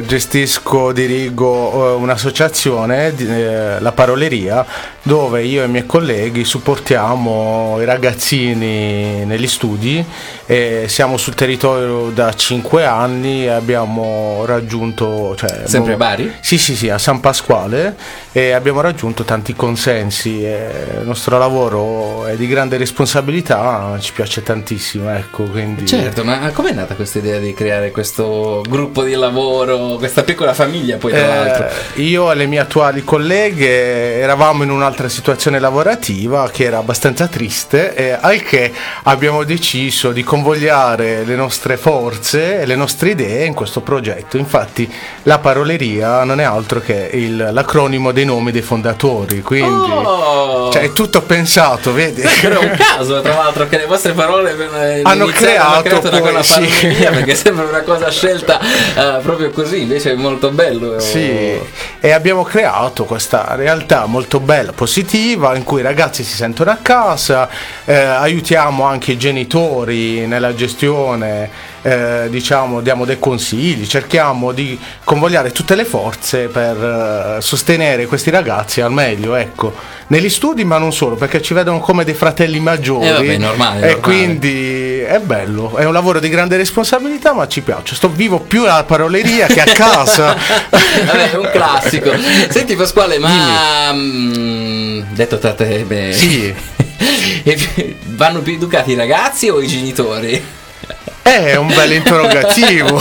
dirigo un'associazione, la Paroleria, dove io e i miei colleghi supportiamo i ragazzini negli studi. Siamo sul territorio da 5 anni e abbiamo raggiunto,
sempre a Bari?
Sì, a San Pasquale, e abbiamo raggiunto tanti consensi. Il nostro lavoro è di grande responsabilità, ci piace tantissimo, ecco, quindi...
Certo, ma com'è nata questa idea di creare questo gruppo di lavoro, questa piccola famiglia poi tra l'altro?
Io e le mie attuali colleghe eravamo in un'altra situazione lavorativa che era abbastanza triste, e al che abbiamo deciso di convogliare le nostre forze e le nostre idee in questo progetto. Infatti la Paroleria non è altro che l'acronimo dei nomi dei fondatori, quindi è tutto pensato, vedi?
Però è un caso tra l'altro che le vostre parole
hanno creato
una paroleria, perché sembra una cosa scelta proprio così, invece è molto bello.
Sì, e abbiamo creato questa realtà molto bella, positiva, in cui i ragazzi si sentono a casa, aiutiamo anche i genitori nella gestione, diamo dei consigli, cerchiamo di convogliare tutte le forze per sostenere questi ragazzi al meglio, ecco, negli studi, ma non solo, perché ci vedono come dei fratelli maggiori,
vabbè, normale.
E quindi è bello, è un lavoro di grande responsabilità, ma ci piace. Vivo più alla Paroleria che a casa.
Vabbè, è un classico. Senti Pasquale, ma detto tra te bene,
sì.
Vanno più educati i ragazzi o i genitori?
È un bel interrogativo.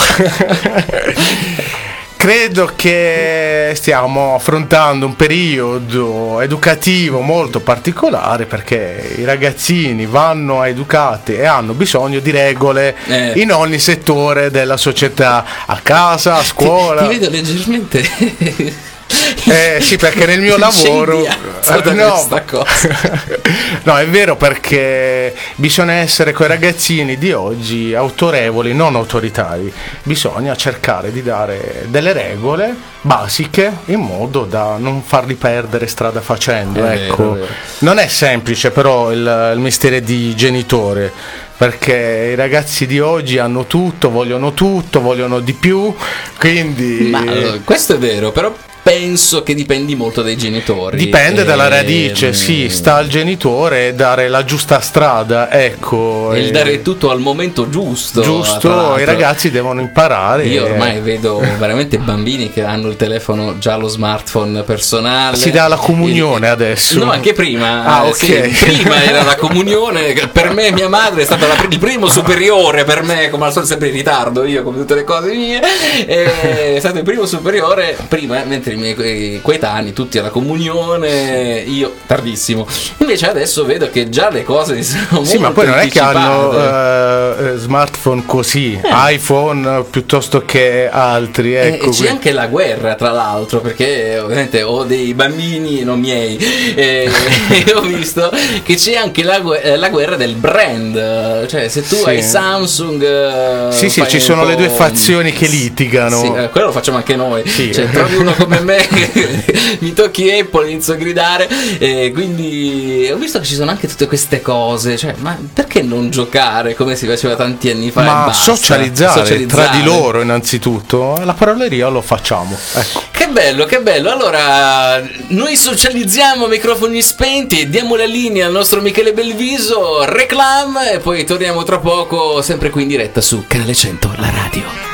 Credo che stiamo affrontando un periodo educativo molto particolare, perché i ragazzini vanno educati e hanno bisogno di regole in ogni settore della società, a casa, a scuola.
Ti vedo leggermente...
Sì, perché nel mio lavoro no, è vero, perché bisogna essere coi ragazzini di oggi autorevoli, non autoritari. Bisogna cercare di dare delle regole basiche in modo da non farli perdere strada facendo, ecco.
Vero.
Non è semplice però il mestiere di genitore, perché i ragazzi di oggi hanno tutto, vogliono di più, quindi...
Ma questo è vero, però penso che dipendi molto dai genitori.
Dipende dalla radice, sì, sta al genitore dare la giusta strada, ecco.
E il dare tutto al momento giusto.
I ragazzi devono imparare.
Io ormai vedo veramente bambini che hanno il telefono, già lo smartphone personale.
Si dà la comunione adesso.
No, anche prima.
Ah, ok.
Sì, prima era la comunione. Per me mia madre è stata il primo superiore, per me, come al solito sempre in ritardo, io come tutte le cose mie. È stato il primo superiore prima, mentre altri miei coetanei, tutti alla comunione, io tardissimo. Invece adesso vedo che già le cose sono molto
Sì, ma poi non è che
anticipate.
hanno smartphone così, iPhone piuttosto che altri. Ecco,
C'è anche la guerra, tra l'altro, perché ovviamente ho dei bambini non miei e ho visto che c'è anche la guerra del brand, cioè se tu hai Samsung
sì, ci sono le due fazioni che litigano.
Sì, quello lo facciamo anche noi.
Sì.
Cioè, trovi uno come me mi tocchi Apple, inizio a gridare, quindi ho visto che ci sono anche tutte queste cose, cioè, ma perché non giocare come si faceva tanti anni fa?
Ma
e basta?
socializzare tra di loro innanzitutto, alla parolleria lo facciamo, ecco.
Che bello. Allora, noi socializziamo a microfoni spenti e diamo la linea al nostro Michele Belviso, reclam, e poi torniamo tra poco, sempre qui in diretta su Canale 100, la radio.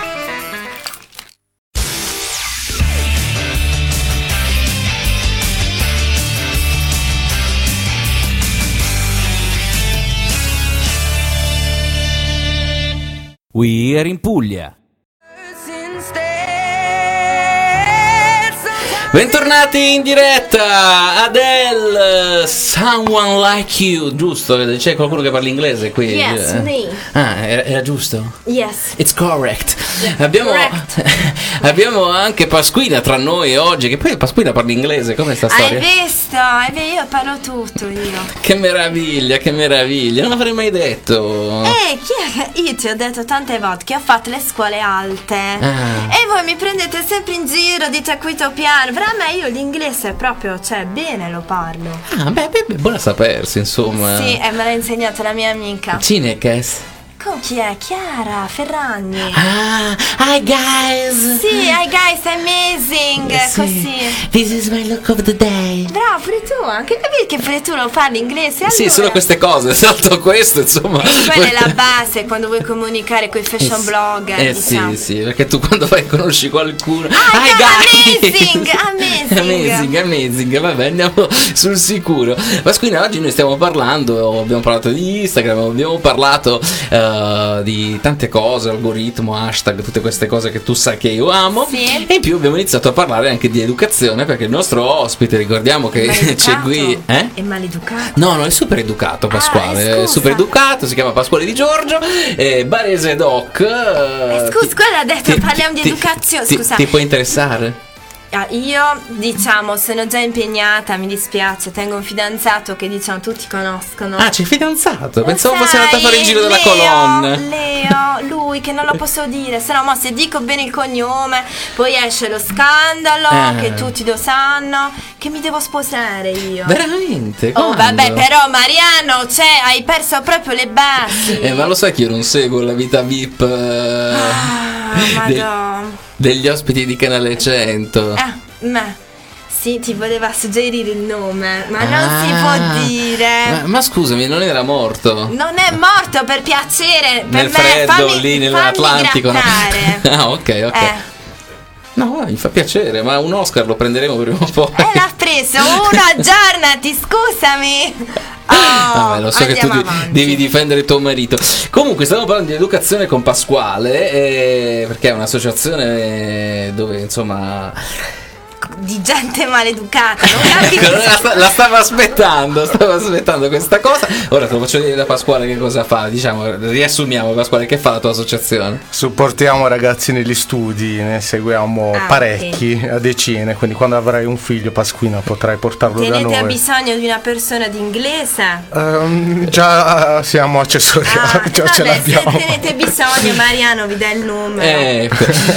We Are in Puglia.
Bentornati in diretta, Adele, Someone Like You, giusto? C'è qualcuno che parla inglese qui?
Yes, me.
Ah, era giusto?
Yes.
It's correct.
Yeah,
Abbiamo anche Pasquina tra noi oggi, che poi Pasquina parla inglese, com'è sta storia?
Hai visto? Io parlo tutto io.
Che meraviglia, non l'avrei mai detto.
Chi è che io ti ho detto tante volte che ho fatto le scuole alte e voi mi prendete sempre in giro, dite acquito piano. Veramente io l'inglese proprio, cioè, bene lo parlo.
Ah, beh, buona sapersi, insomma.
Sì, me l'ha insegnato la mia amica.
Cinecas.
Con chi è? Chiara Ferragni.
Ah, hi guys.
Sì, hi guys, amazing.
Sì.
Così.
This is my look of the day.
Bravo, pure tu, anche capisci che pure tu lo parli inglese? Allora.
Sì, solo queste cose, salto questo, insomma.
Quella è la base quando vuoi comunicare con i fashion blogger. Diciamo.
Sì, perché tu quando vai conosci qualcuno.
Hi
guys. Amazing. Vabbè, andiamo sul sicuro. Ma quindi oggi noi stiamo parlando, abbiamo parlato di Instagram, abbiamo parlato di tante cose, algoritmo, hashtag, tutte queste cose che tu sai che io amo.
Sì.
E in più abbiamo iniziato a parlare anche di educazione, perché il nostro ospite, ricordiamo che c'è qui.
È maleducato?
No, è super educato Pasquale, è super educato, si chiama Pasquale Di Giorgio, Barese Doc.
Scusa, quello ha detto parliamo di educazione, scusa.
Ti può interessare?
Io, diciamo, sono già impegnata, mi dispiace, tengo un fidanzato che, diciamo, tutti conoscono.
Ah, c'è il fidanzato? Pensavo fosse andato a fare il giro della colonna.
Leo, lui, che non lo posso dire, se no, ma se dico bene il cognome, poi esce lo scandalo, che tutti lo sanno, che mi devo sposare io.
Veramente?
Oh,
Quando?
vabbè, però, Mariano, hai perso proprio le basi.
Ma lo sai che io non seguo la vita VIP degli ospiti di Canale 100.
Sì, ti voleva suggerire il nome, ma non si può dire.
Ma scusami, non era morto?
Non è morto, per piacere. Per
nel
me,
freddo lì nell'Atlantico. No? Ah, ok. No, mi fa piacere, ma un Oscar lo prenderemo prima o poi.
L'ha preso uno, aggiornati, scusami.
Vabbè, lo so che tu
avanti.
devi difendere tuo marito. Comunque stiamo parlando di educazione con Pasquale, perché è un'associazione dove, insomma,
di gente maleducata, non capisco.
la stavo aspettando questa cosa. Ora te lo faccio vedere da Pasquale che cosa fa. Diciamo, riassumiamo, Pasquale, che fa la tua associazione?
Supportiamo ragazzi negli studi, ne seguiamo parecchi, a decine, quindi quando avrai un figlio, Pasquina, potrai portarlo da noi.
Tenete bisogno di una persona di inglese?
Già siamo accessoriati, già ce l'abbiamo.
Se tenete bisogno, Mariano vi dà il numero.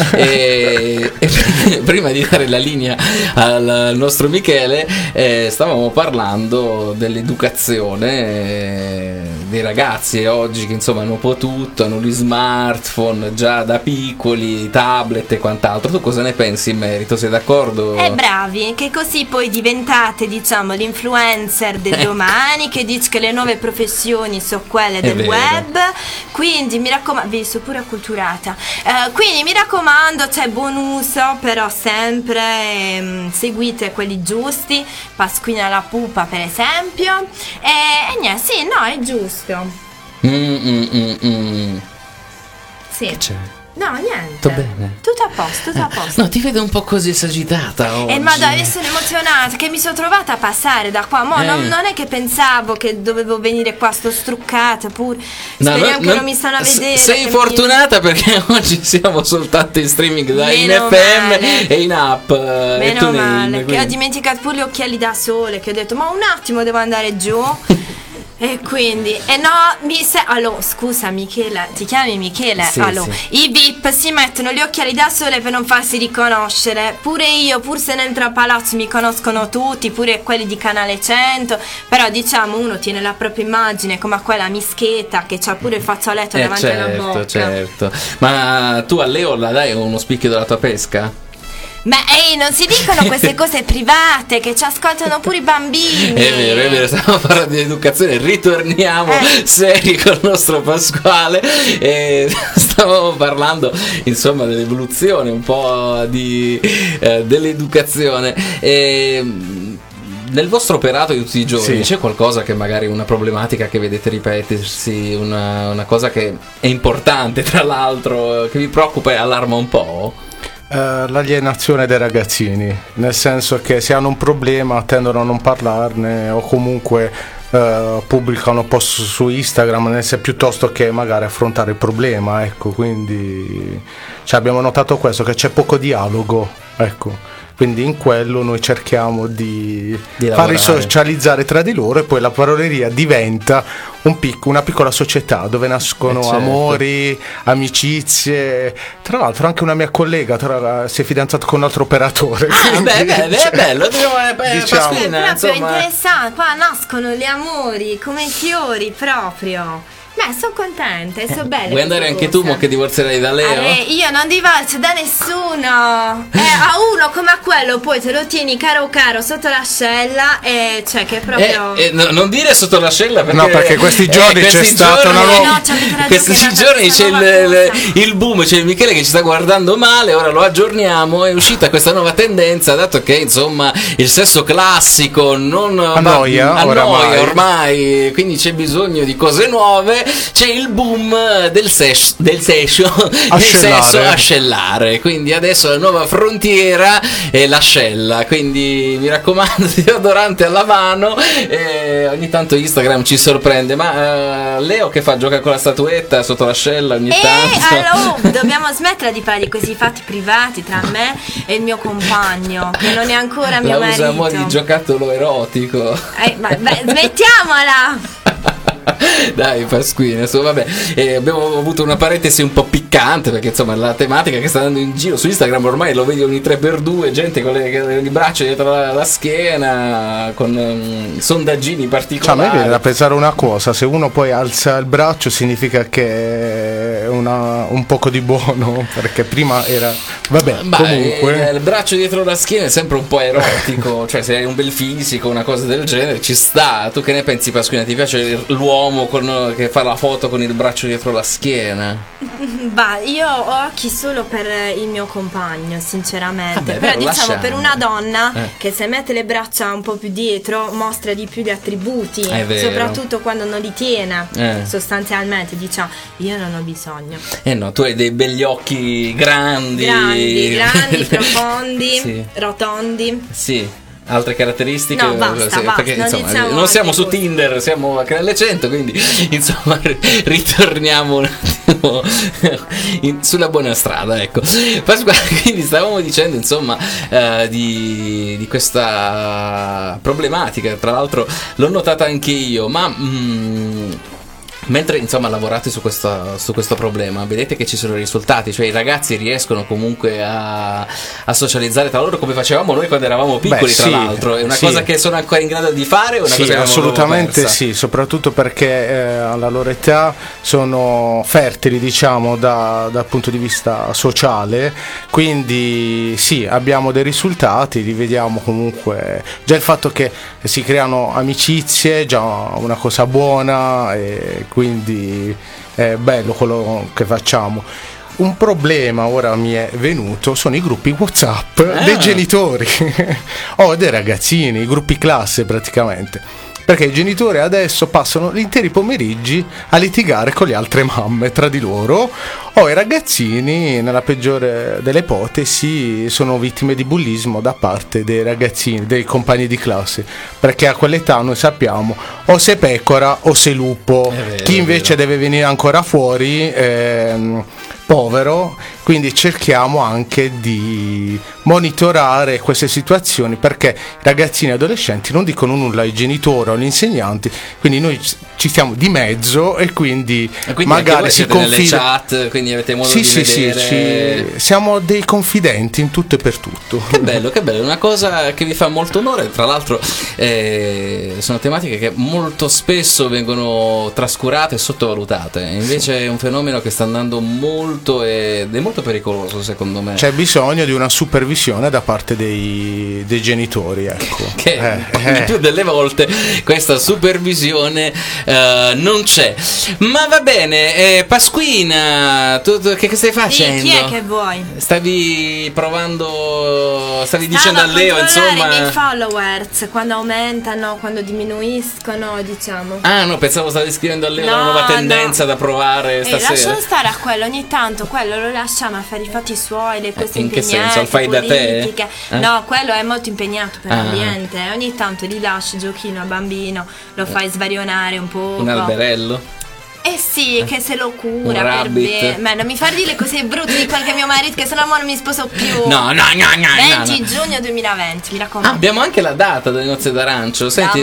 Prima di dare la linea al nostro Michele, stavamo parlando dell'educazione dei ragazzi oggi che, insomma, hanno un po' tutto, hanno gli smartphone già da piccoli, tablet e quant'altro. Tu cosa ne pensi in merito? Sei d'accordo?
Bravi, che così poi diventate, diciamo, l'influencer del domani, che dice che le nuove professioni sono quelle del web. Quindi mi raccomando, vi sono pure acculturata, quindi mi raccomando, c'è buon uso, però sempre seguite quelli giusti, Pasquina la pupa per esempio, e niente, sì, no, è giusto.
Sì.
Sì.
Che c'è?
No, niente.
Tutto bene?
Tutto a posto.
No, ti vedo un po' così esagitata oggi.
Ma dai, sono emozionata che mi sono trovata a passare da qua. Non è che pensavo che dovevo venire qua, sto struccata pure. Speriamo che non mi stanno a vedere.
Sei fortunata perché oggi siamo soltanto in streaming in FM e in app.
Meno male, che ho dimenticato pure gli occhiali da sole, che ho detto ma un attimo devo andare giù. E quindi, allora, scusa Michele, ti chiami Michele?
Sì,
allora,
sì.
I VIP si mettono gli occhiali da sole per non farsi riconoscere. Pure io, pur se ne entro a palazzo mi conoscono tutti, pure quelli di Canale 100. Però diciamo uno tiene la propria immagine, come a quella mischeta che c'ha pure il fazzoletto davanti alla bocca.
Certo. Ma tu a Leo la dai uno spicchio della tua pesca?
Ma non si dicono queste cose private che ci ascoltano pure i bambini.
È vero, stiamo parlando di educazione, ritorniamo seri col nostro Pasquale e stavamo parlando insomma dell'evoluzione un po' dell'educazione. Nel vostro operato di tutti i giorni c'è qualcosa che magari una problematica che vedete ripetersi, una cosa che è importante tra l'altro, che vi preoccupa e allarma un po'?
L'alienazione dei ragazzini, nel senso che se hanno un problema tendono a non parlarne o comunque pubblicano post su Instagram piuttosto che magari affrontare il problema, ecco, quindi abbiamo notato questo, che c'è poco dialogo, ecco. Quindi in quello noi cerchiamo di farli socializzare tra di loro e poi la parolleria diventa una piccola società dove nascono amori, amicizie. Tra l'altro anche una mia collega si è fidanzata con un altro operatore.
È bello, diciamo.
È proprio interessante, qua nascono gli amori come i fiori proprio. Sono contenta e so belle.
Vuoi andare anche tu, mo che divorzierai da Leo?
Io non divorzio da nessuno. A uno come a quello poi te lo tieni caro sotto l'ascella e cioè che è proprio
non dire sotto l'ascella
perché questi giorni c'è stata una nuova
questi giorni c'è il boom, c'è il Michele che ci sta guardando male, ora lo aggiorniamo, è uscita questa nuova tendenza, dato che insomma il sesso classico non annoia ormai, quindi c'è bisogno di cose nuove. C'è il boom del sesso ascellare, quindi adesso la nuova frontiera è l'ascella, quindi mi raccomando, deodorante alla mano, ogni tanto Instagram ci sorprende. Ma Leo che fa? Gioca con la statuetta sotto l'ascella ogni tanto?
Allora, dobbiamo smettere di fare di questi fatti privati tra me e il mio compagno, che non è ancora mio marito.
La usa a mo' di giocattolo erotico.
Smettiamola!
Dai Pasquino, insomma, vabbè, abbiamo avuto una parentesi un po' piccante perché insomma la tematica che sta andando in giro su Instagram ormai lo vedi ogni 3x2, gente con le braccia dietro la schiena, con sondaggini particolari.
A me viene da pensare una cosa: se uno poi alza il braccio significa che è un poco di buono, perché prima era comunque
il braccio dietro la schiena è sempre un po' erotico, cioè se hai un bel fisico, una cosa del genere ci sta. Tu che ne pensi, Pasquina? Ti piace l'uomo che fa la foto con il braccio dietro la schiena?
Io ho occhi solo per il mio compagno, sinceramente. Però diciamo
lasciamo.
Per una donna che se mette le braccia un po' più dietro mostra di più gli attributi, soprattutto quando non li tiene. Sostanzialmente diciamo, io non ho bisogno.
No, tu hai dei begli occhi grandi,
profondi, rotondi.
Sì. Altre caratteristiche?
No, basta,
perché insomma, non siamo su Tinder, siamo a Canale 100, quindi insomma ritorniamo un attimo sulla buona strada, ecco. Quindi stavamo dicendo insomma di questa problematica, tra l'altro l'ho notata anche io, ma mentre insomma lavorate su questo problema, vedete che ci sono risultati, cioè i ragazzi riescono comunque a socializzare tra loro come facevamo noi quando eravamo piccoli, tra l'altro è una cosa che sono ancora in grado di fare o una cosa che
assolutamente sì, soprattutto perché alla loro età sono fertili, diciamo, dal punto di vista sociale, quindi sì, abbiamo dei risultati, li vediamo comunque, già il fatto che si creano amicizie, già una cosa buona, e quindi è bello quello che facciamo. Un problema ora mi è venuto sono i gruppi WhatsApp dei genitori o dei ragazzini, i gruppi classe praticamente. perché i genitori adesso passano gli interi pomeriggi a litigare con le altre mamme tra di loro, o i ragazzini, nella peggiore delle ipotesi, sono vittime di bullismo da parte dei ragazzini, dei compagni di classe, perché a quell'età noi sappiamo o sei pecora o sei lupo. Chi invece deve venire ancora fuori povero, quindi cerchiamo anche di monitorare queste situazioni, perché i ragazzini e adolescenti non dicono nulla ai genitori o agli insegnanti, quindi noi ci stiamo di mezzo e quindi magari si confida
nelle chat, quindi avete modo di vedere.
Siamo dei confidenti in tutto e per tutto.
Che bello, è una cosa che vi fa molto onore. Tra l'altro sono tematiche che molto spesso vengono trascurate e sottovalutate, invece è un fenomeno che sta andando molto ed è molto pericoloso, secondo me.
C'è bisogno di una supervisione da parte dei genitori, ecco.
Che il più delle volte questa supervisione non c'è. Ma va bene, Pasquina, tu che stai facendo?
Sì, chi è che vuoi?
Stavi provando, dicendo a Leo, insomma,
i miei followers quando aumentano, quando diminuiscono, diciamo.
Ah no, pensavo stavi scrivendo a Leo una nuova tendenza da provare stasera.
Lasciamo stare a quello, ogni tanto quello lo lasciamo a fare i fatti suoi, le cose
in che
impegnate,
senso? Al fai da te?
No, quello è molto impegnato per l'ambiente, ogni tanto li lasci giochino a bambino, lo fai svarionare un po'.
Un alberello?
Eh sì, che se lo cura
un
per
rabbit.
bene. Ma non mi far dire cose brutte di quel che mio marito, che sennò non mi sposo più.
No.
20 giugno 2020, mi raccomando.
Abbiamo anche la data delle nozze d'arancio. Senti,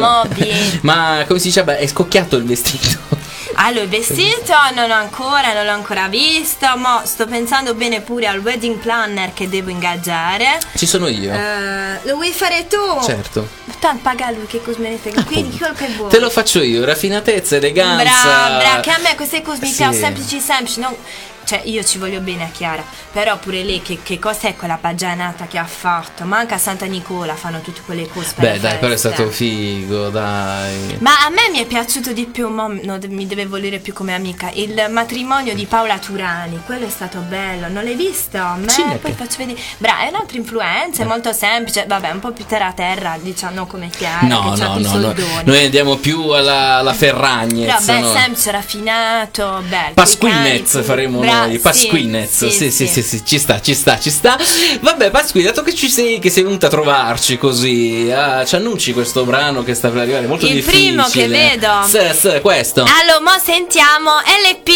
ma come si dice? Beh, è scocchiato il vestito.
Allora, il vestito non l'ho ancora visto, ma sto pensando bene pure al wedding planner che devo ingaggiare.
Ci sono io.
Lo vuoi fare tu?
Certo.
Tanto paga lui, che cosa me ne frega. Quindi quello che vuoi.
Te lo faccio io, raffinatezza, eleganza.
Brava, che a me queste cose mi piacciono semplici, no? Cioè, io ci voglio bene a Chiara, però pure lei che cos'è quella pagianata che ha fatto? Manca a Santa Nicola fanno tutte quelle cose per
Beh, dai, però è stato figo, dai.
Ma a me mi è piaciuto di più, mi deve volere più come amica, il matrimonio di Paola Turani, quello è stato bello, non l'hai visto? A me
sì,
poi faccio vedere. Brava, è un'altra influenza, è molto semplice, vabbè, un po' più terra, diciamo, come Chiara, che c'ha più soldoni.
Noi andiamo più alla Ferragnez.
Però semplice, raffinato, bello.
Pasquinez faremo noi. Pasquinez, sì, ci sta. Vabbè, Pasquinez, dato che ci sei, che sei venuta a trovarci così, ci annunci questo brano che sta per arrivare, molto difficile.
Il primo che vedo.
Sì, questo.
Allora, mo sentiamo LP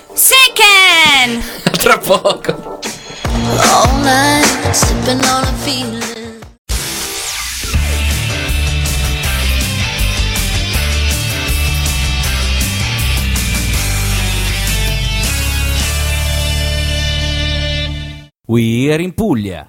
Second.
Tra poco.
All night, sipping on a feeling.
We Are in Puglia.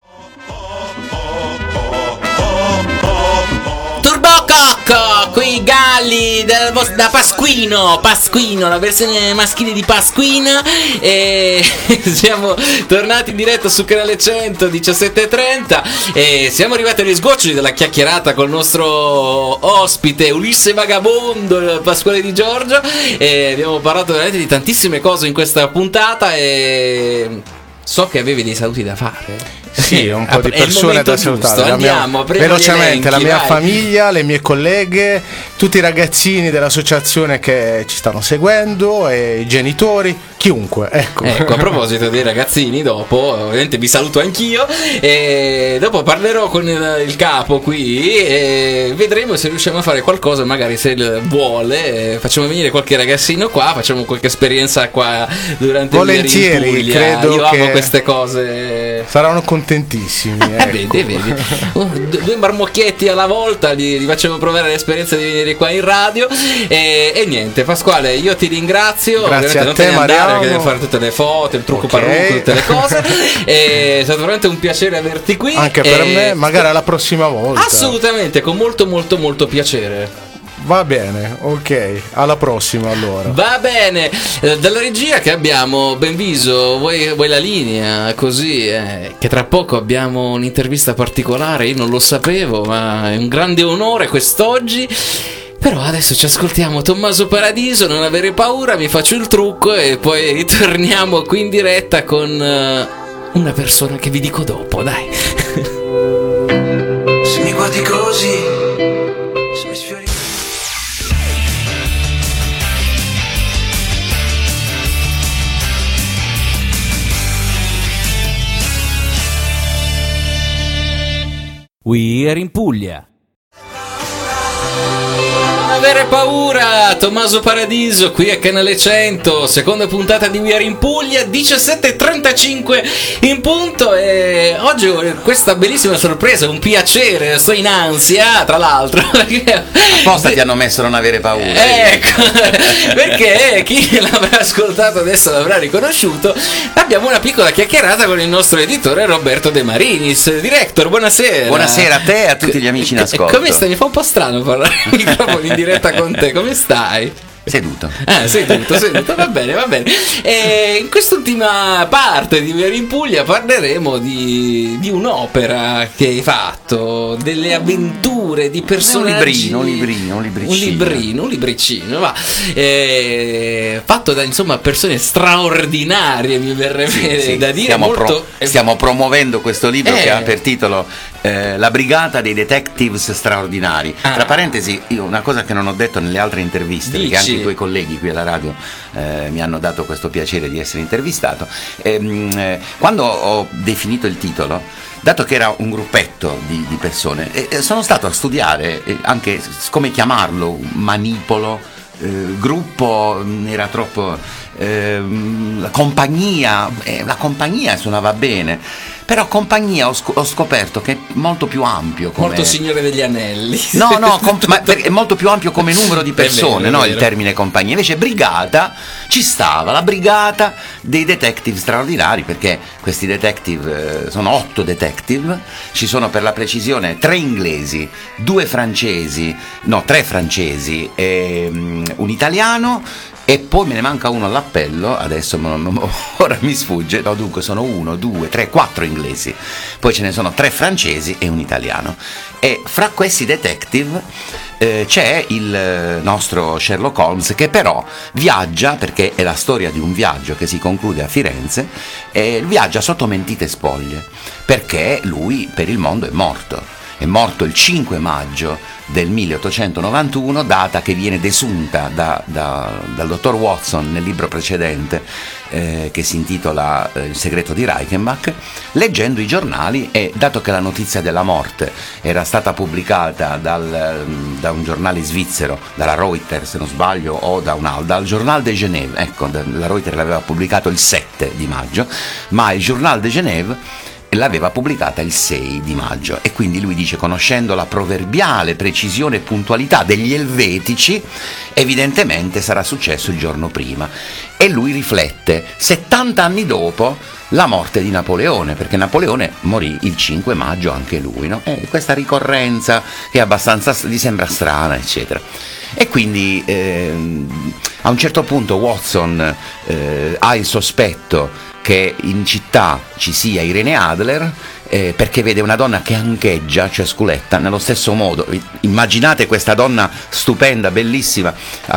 Turbococco, qui galli da Pasquino, la versione maschile di Pasquina, e siamo tornati in diretta su Canale 100, 17:30, e siamo arrivati agli sgoccioli della chiacchierata col nostro ospite Ulisse Vagabondo, Pasquale Di Giorgio, e abbiamo parlato veramente di tantissime cose in questa puntata, e so che avevi dei saluti da fare.
Sì, un po' di persone da salutare.
Velocemente,
la mia famiglia, le mie colleghe, tutti i ragazzini dell'associazione che ci stanno seguendo, e i genitori, chiunque. Ecco,
a proposito dei ragazzini, dopo ovviamente vi saluto anch'io, e dopo parlerò con il capo qui e vedremo se riusciamo a fare qualcosa, magari se vuole facciamo venire qualche ragazzino qua, facciamo qualche esperienza qua durante
volentieri,
il Puglia.
credo
io
che
amo queste cose,
saranno contentissimi, ecco.
Vedi. Due marmocchietti alla volta, li facciamo provare l'esperienza di venire qua in radio, e niente, Pasquale, io ti ringrazio.
Grazie a
non
te,
te ne andare,
Mariano,
perché devo fare tutte le foto, il trucco parrucco, tutte le cose. È stato veramente un piacere averti qui,
anche per me, magari alla prossima volta.
Assolutamente, con molto piacere.
Va bene, ok, alla prossima allora.
Va bene, dalla regia che abbiamo Benviso, vuoi la linea, così che tra poco abbiamo un'intervista particolare, io non lo sapevo, ma è un grande onore quest'oggi. Però adesso ci ascoltiamo Tommaso Paradiso, Non avere paura, mi faccio il trucco e poi ritorniamo qui in diretta con una persona che vi dico dopo, dai.
Se mi guardi così, se mi sfiori.
We Are in Puglia.
Avere paura, Tommaso Paradiso qui a Canale 100, seconda puntata di We Are in Puglia, 17:35 in punto, e oggi ho questa bellissima sorpresa, un piacere, sto in ansia tra l'altro
Apposta ti hanno messo a non avere paura.
Ecco, perché chi l'avrà ascoltato adesso l'avrà riconosciuto. Abbiamo una piccola chiacchierata con il nostro editore Roberto De Marinis. Director, buonasera.
Buonasera a te e a tutti gli amici in ascolto.
Come stai? Mi fa un po' strano parlare al microfono in diretta con te, come stai?
Seduto.
Seduto, va bene. E in quest'ultima parte di We Are in Puglia parleremo di un'opera che hai fatto, delle avventure di personaggi.
Un
libricino, va. Fatto da, insomma, persone straordinarie, mi verrebbe da dire.
Stiamo promuovendo questo libro che ha per titolo La brigata dei detectives straordinari. Tra parentesi, io una cosa che non ho detto nelle altre interviste, perché anche i tuoi colleghi qui alla radio mi hanno dato questo piacere di essere intervistato, quando ho definito il titolo, dato che era un gruppetto di persone, sono stato a studiare anche come chiamarlo, manipolo, gruppo, era troppo, la compagnia suonava bene, però compagnia ho scoperto che è molto più ampio come...
Molto Signore degli Anelli.
No, ma è molto più ampio come numero di persone, è vero. Il termine compagnia. Invece brigata, ci stava la brigata dei detective straordinari, perché questi detective sono 8 detective, ci sono per la precisione 3 inglesi, 3 francesi e un italiano. E poi me ne manca uno all'appello, adesso ora mi sfugge, no, dunque sono 1, 2, 3, 4 inglesi, poi ce ne sono 3 francesi e un italiano. E fra questi detective c'è il nostro Sherlock Holmes, che però viaggia, perché è la storia di un viaggio che si conclude a Firenze, e viaggia sotto mentite spoglie, perché lui per il mondo è morto. È morto il 5 maggio del 1891, data che viene desunta dal dottor Watson nel libro precedente, che si intitola Il segreto di Reichenbach. Leggendo i giornali, e dato che la notizia della morte era stata pubblicata da un giornale svizzero, dalla Reuters se non sbaglio, o dal Journal de Genève, ecco, la Reuters l'aveva pubblicato il 7 di maggio, ma il Journal de Genève l'aveva pubblicata il 6 di maggio, e quindi lui dice, conoscendo la proverbiale precisione e puntualità degli elvetici, evidentemente sarà successo il giorno prima. E lui riflette 70 anni dopo la morte di Napoleone, perché Napoleone morì il 5 maggio anche lui, no? E questa ricorrenza che è abbastanza, gli sembra strana, eccetera. E quindi a un certo punto Watson ha il sospetto che in città ci sia Irene Adler, perché vede una donna che ancheggia, cioè sculetta, nello stesso modo. Immaginate questa donna stupenda, bellissima,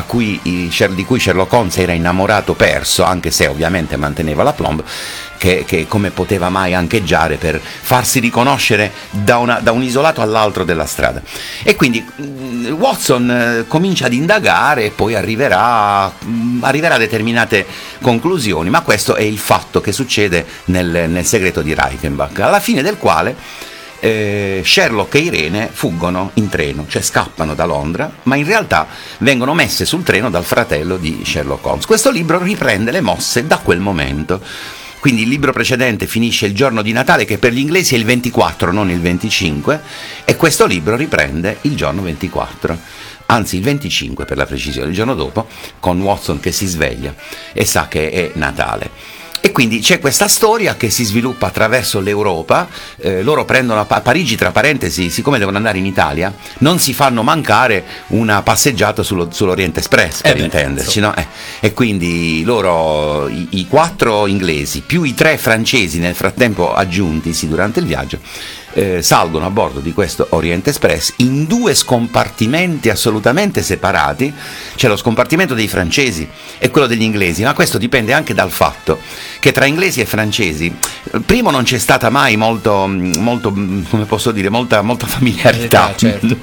di cui Sherlock Holmes era innamorato perso, anche se ovviamente manteneva l'aplomb, che come poteva mai ancheggiare per farsi riconoscere da un isolato all'altro della strada. E quindi Watson comincia ad indagare e poi arriverà a determinate conclusioni, ma questo è il fatto che succede nel segreto di Reichenbach, alla fine del quale Sherlock e Irene fuggono in treno, cioè scappano da Londra, ma in realtà vengono messe sul treno dal fratello di Sherlock Holmes. Questo libro riprende le mosse da quel momento. Quindi il libro precedente finisce il giorno di Natale, che per gli inglesi è il 24, non il 25, e questo libro riprende il giorno 24, anzi il 25 per la precisione, il giorno dopo, con Watson che si sveglia e sa che è Natale. E quindi c'è questa storia che si sviluppa attraverso l'Europa. Loro prendono a Parigi, tra parentesi, siccome devono andare in Italia, non si fanno mancare una passeggiata sull'Orient Express, per intenderci, no? E quindi loro, i 4 inglesi più i 3 francesi nel frattempo aggiuntisi durante il viaggio, salgono a bordo di questo Orient Express in 2 scompartimenti assolutamente separati. C'è lo scompartimento dei francesi e quello degli inglesi, ma questo dipende anche dal fatto che tra inglesi e francesi primo non c'è stata mai molto come posso dire, molta familiarità, certo.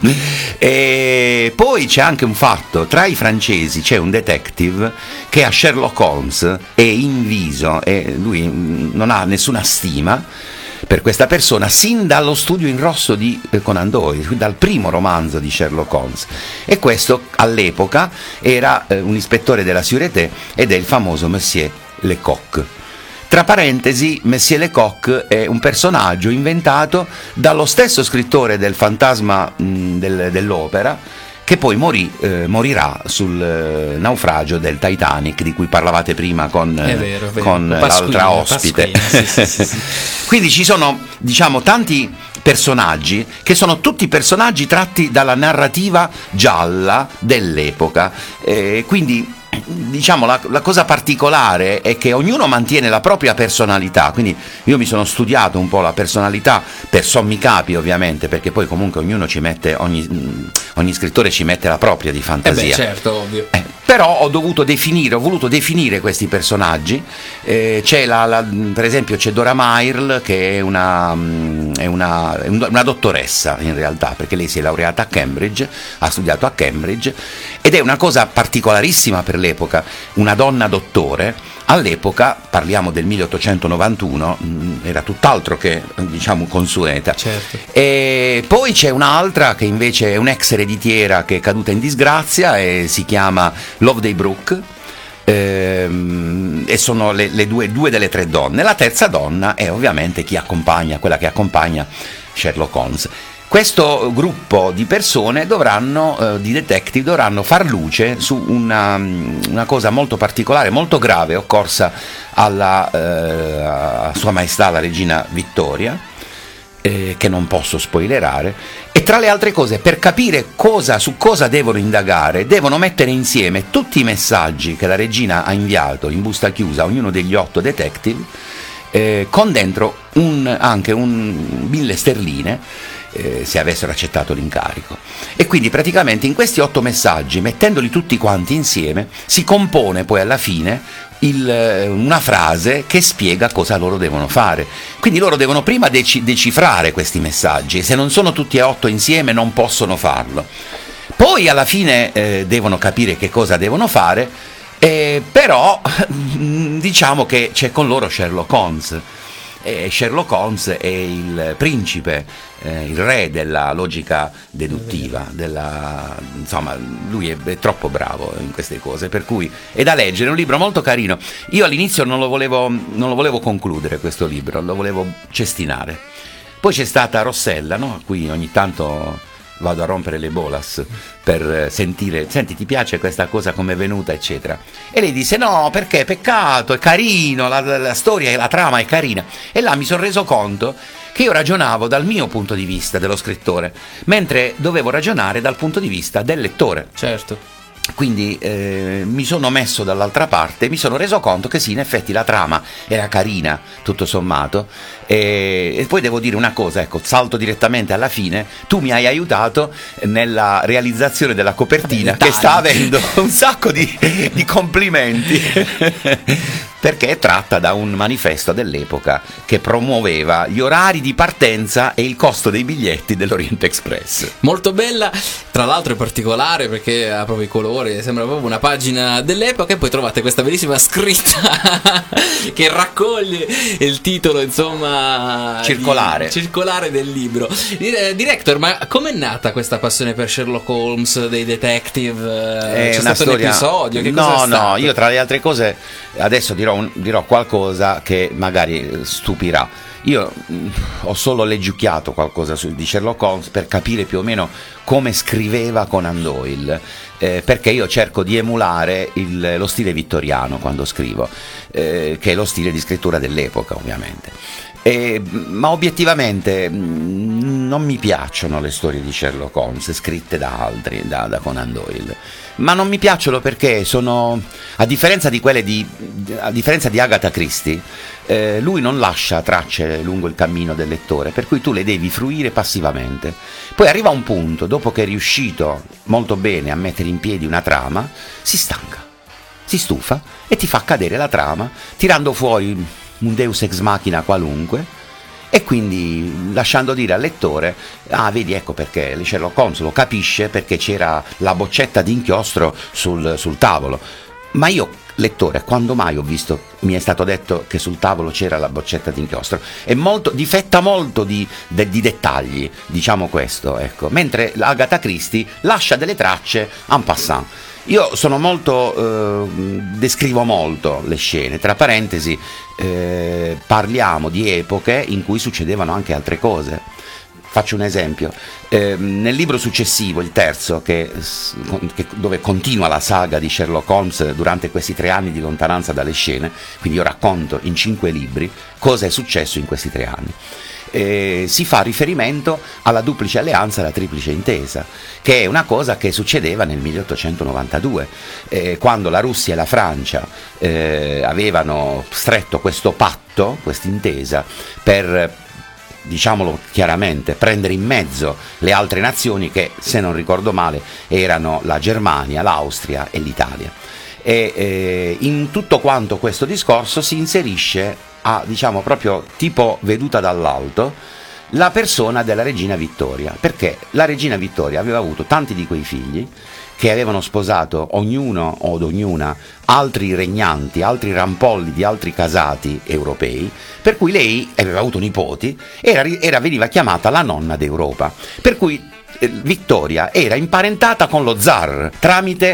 E poi c'è anche un fatto: tra i francesi c'è un detective che a Sherlock Holmes è inviso e lui non ha nessuna stima, per questa persona sin dallo studio in rosso di Conan Doyle, dal primo romanzo di Sherlock Holmes. E questo all'epoca era un ispettore della Sûreté ed è il famoso Monsieur Lecoq. Tra parentesi, Monsieur Lecoq è un personaggio inventato dallo stesso scrittore del Fantasma dell'Opera, che poi morirà sul naufragio del Titanic, di cui parlavate prima con l'altra ospite. Sì. Quindi ci sono, diciamo, tanti personaggi che sono tutti personaggi tratti dalla narrativa gialla dell'epoca. Quindi, diciamo, la cosa particolare è che ognuno mantiene la propria personalità, quindi io mi sono studiato un po' la personalità per sommi capi, ovviamente, perché poi comunque ognuno ci mette, ogni scrittore ci mette la propria di fantasia.
Certo, ovvio.
Però ho voluto definire questi personaggi. C'è per esempio c'è Dora Myrle, che è una dottoressa in realtà, perché lei si è laureata a Cambridge, ha studiato a Cambridge, ed è una cosa particolarissima per l'epoca, una donna dottore. All'epoca, parliamo del 1891, era tutt'altro che, diciamo, consueta.
Certo.
E poi c'è un'altra che invece è un'ex ereditiera che è caduta in disgrazia e si chiama Loveday Brooke, e sono le due delle tre donne. La terza donna è ovviamente quella che accompagna Sherlock Holmes. Questo gruppo di persone di detective dovranno far luce su una cosa molto particolare, molto grave, occorsa a Sua Maestà la Regina Vittoria, che non posso spoilerare. E tra le altre cose, per capire su cosa devono indagare, devono mettere insieme tutti i messaggi che la regina ha inviato in busta chiusa a ognuno degli 8 detective, con dentro anche 1.000 sterline, se avessero accettato l'incarico. E quindi praticamente in questi 8 messaggi, mettendoli tutti quanti insieme, si compone poi alla fine una frase che spiega cosa loro devono fare. Quindi loro devono prima decifrare questi messaggi, e se non sono tutti e 8 insieme non possono farlo. Poi alla fine devono capire che cosa devono fare, però diciamo che c'è con loro Sherlock Holmes. Sherlock Holmes è il principe, il re della logica deduttiva, insomma, lui è troppo bravo in queste cose, per cui è da leggere, è un libro molto carino. Io all'inizio non lo volevo concludere questo libro, lo volevo cestinare. Poi c'è stata Rossella, no? A cui ogni tanto vado a rompere le bolas per sentire, senti, ti piace questa cosa come è venuta, eccetera. E lei disse no, perché peccato, è carino, la storia e la trama è carina. E là mi sono reso conto che io ragionavo dal mio punto di vista dello scrittore, mentre dovevo ragionare dal punto di vista del lettore.
Certo.
Quindi mi sono messo dall'altra parte e mi sono reso conto che sì, in effetti la trama era carina, tutto sommato. E poi devo dire una cosa, ecco, salto direttamente alla fine. Tu mi hai aiutato nella realizzazione della copertina, che sta avendo un sacco di complimenti perché è tratta da un manifesto dell'epoca che promuoveva gli orari di partenza e il costo dei biglietti dell'Orient Express.
Molto bella, tra l'altro è particolare perché ha proprio i colori, sembra proprio una pagina dell'epoca, e poi trovate questa bellissima scritta che raccoglie il titolo, insomma, circolare del libro. Director, ma com'è nata questa passione per Sherlock Holmes, dei detective? C'è stato un episodio? Che cosa è stato?
No, io tra le altre cose adesso dirò qualcosa che magari stupirà. Io ho solo leggiucchiato qualcosa di Sherlock Holmes per capire più o meno come scriveva Conan Doyle, perché io cerco di emulare lo stile vittoriano quando scrivo, che è lo stile di scrittura dell'epoca, ovviamente. Ma obiettivamente non mi piacciono le storie di Sherlock Holmes scritte da altri, da Conan Doyle, ma non mi piacciono perché sono, a differenza di Agatha Christie, lui non lascia tracce lungo il cammino del lettore, per cui tu le devi fruire passivamente. Poi arriva un punto, dopo che è riuscito molto bene a mettere in piedi una trama, si stanca, si stufa e ti fa cadere la trama tirando fuori un deus ex machina qualunque, e quindi lasciando dire al lettore: ah, vedi, ecco perché Sherlock Holmes lo capisce, perché c'era la boccetta di inchiostro sul tavolo. Ma io, lettore, quando mai ho visto, mi è stato detto che sul tavolo c'era la boccetta d'inchiostro? Difetta molto di dettagli, diciamo questo, ecco. Mentre Agatha Christie lascia delle tracce en passant. Io sono molto, descrivo molto le scene, tra parentesi, parliamo di epoche in cui succedevano anche altre cose. Faccio un esempio, nel libro successivo, il terzo, dove continua la saga di Sherlock Holmes durante questi 3 anni di lontananza dalle scene, quindi io racconto in 5 libri cosa è successo in questi 3 anni. Si fa riferimento alla duplice alleanza, alla triplice intesa, che è una cosa che succedeva nel 1892, quando la Russia e la Francia avevano stretto questo patto, quest'intesa, per, diciamolo chiaramente, prendere in mezzo le altre nazioni che, se non ricordo male, erano la Germania, l'Austria e l'Italia. E in tutto quanto questo discorso si inserisce, diciamo proprio tipo veduta dall'alto, la persona della regina Vittoria, perché la regina Vittoria aveva avuto tanti di quei figli che avevano sposato ognuno o ad ognuna altri regnanti, altri rampolli di altri casati europei, per cui lei aveva avuto nipoti, veniva chiamata la nonna d'Europa, per cui Vittoria era imparentata con lo zar tramite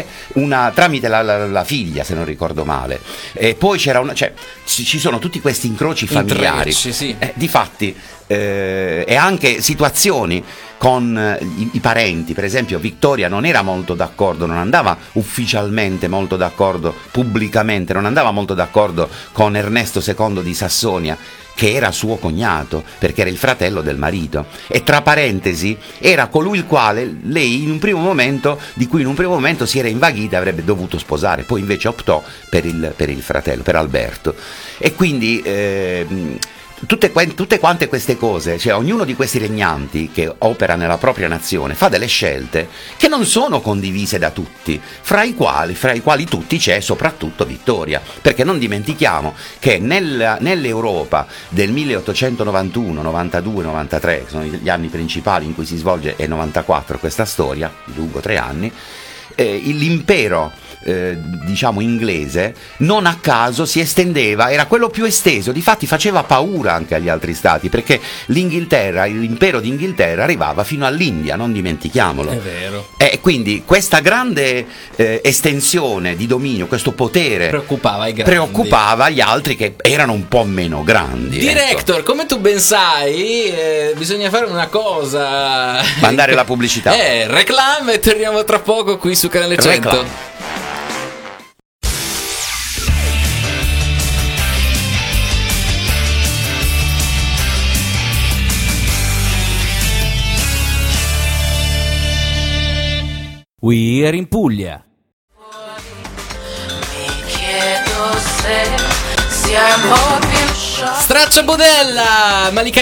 la figlia, se non ricordo male, e poi ci sono tutti questi incroci familiari,
sì.
Difatti e anche situazioni con i parenti. Per esempio, Vittoria non era molto d'accordo, non andava ufficialmente molto d'accordo, pubblicamente non andava molto d'accordo con Ernesto II di Sassonia, che era suo cognato, perché era il fratello del marito, e tra parentesi era colui il quale lei di cui in un primo momento si era invaghita e avrebbe dovuto sposare, poi invece optò per il fratello, per Alberto. E quindi tutte quante queste cose, cioè ognuno di questi regnanti che opera nella propria nazione fa delle scelte che non sono condivise da tutti, fra i quali tutti c'è soprattutto Vittoria, perché non dimentichiamo che nell'Europa del 1891, 92, 93, che sono gli anni principali in cui si svolge, e 94 questa storia, lungo 3 anni, l'impero diciamo inglese non a caso si estendeva, era quello più esteso, difatti faceva paura anche agli altri stati, perché l'impero d'Inghilterra arrivava fino all'India, non dimentichiamolo.
È vero.
E quindi questa grande estensione di dominio, questo potere preoccupava gli altri che erano un po' meno grandi.
Director, come tu ben sai, bisogna fare una cosa,
mandare la pubblicità.
Reclame, e torniamo tra poco qui su Canale 100.
We are in Puglia.
Straccia Budella, Malika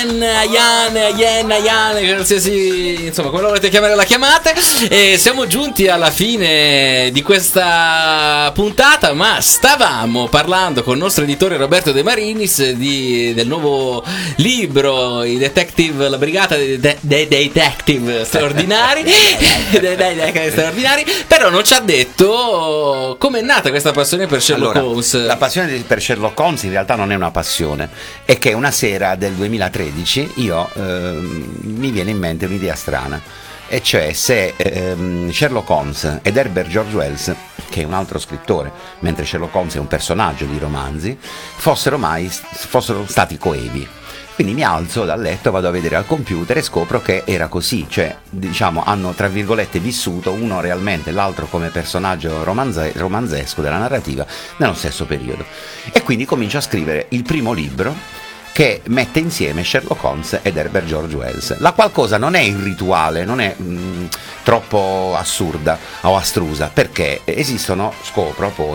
Ayan, qualsiasi, insomma, come lo volete chiamare la chiamate. E siamo giunti alla fine di questa puntata, ma stavamo parlando con il nostro editore Roberto De Marinis del nuovo libro, i detective, la brigata dei detective straordinari. Però non ci ha detto come è nata questa passione per Sherlock Holmes.
La passione per Sherlock Holmes in realtà non è una passione, è che una sera del 2013 mi viene in mente un'idea strana, e cioè se Sherlock Holmes ed Herbert George Wells, che è un altro scrittore, mentre Sherlock Holmes è un personaggio di romanzi, fossero stati coevi. Quindi mi alzo dal letto, vado a vedere al computer e scopro che era così, cioè diciamo hanno tra virgolette vissuto, uno realmente, l'altro come personaggio romanzesco della narrativa, nello stesso periodo. E quindi comincio a scrivere il primo libro che mette insieme Sherlock Holmes ed Herbert George Wells. La qual cosa non è irrituale, non è troppo assurda o astrusa, perché scopro poi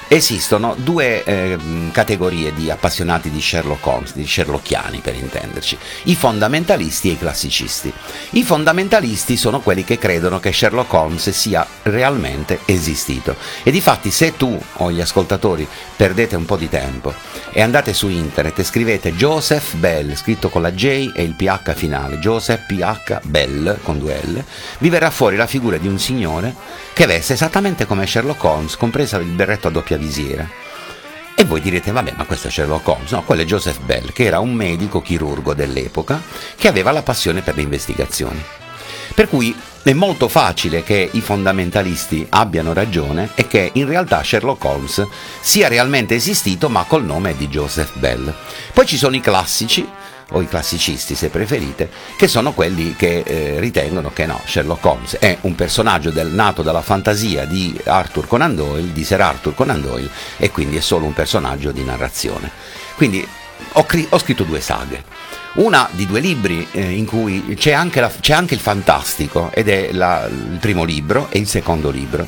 esistono due categorie di appassionati di Sherlock Holmes, di sherlockiani per intenderci, i fondamentalisti e i classicisti. I fondamentalisti sono quelli che credono che Sherlock Holmes sia realmente esistito, e difatti se tu o gli ascoltatori perdete un po' di tempo e andate su internet e scrivete Joseph Bell, scritto con la J e il PH finale, Joseph PH Bell con 2 L, vi verrà fuori la figura di un signore che veste esattamente come Sherlock Holmes, compresa il berretto a doppia visiera. E voi direte, vabbè, ma questo è Sherlock Holmes. No, quello è Joseph Bell, che era un medico chirurgo dell'epoca che aveva la passione per le investigazioni. Per cui è molto facile che i fondamentalisti abbiano ragione e che in realtà Sherlock Holmes sia realmente esistito, ma col nome di Joseph Bell. Poi ci sono i classici, o i classicisti se preferite, che sono quelli che ritengono che no, Sherlock Holmes è un personaggio nato dalla fantasia di Arthur Conan Doyle, di Sir Arthur Conan Doyle, e quindi è solo un personaggio di narrazione. Quindi ho scritto 2 saghe, una di 2 libri in cui c'è anche il fantastico, ed è il primo libro e il secondo libro,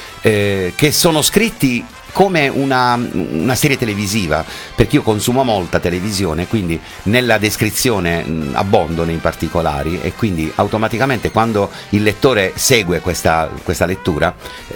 che sono scritti come una serie televisiva, perché io consumo molta televisione, quindi nella descrizione abbondo nei particolari, e quindi automaticamente quando il lettore segue questa lettura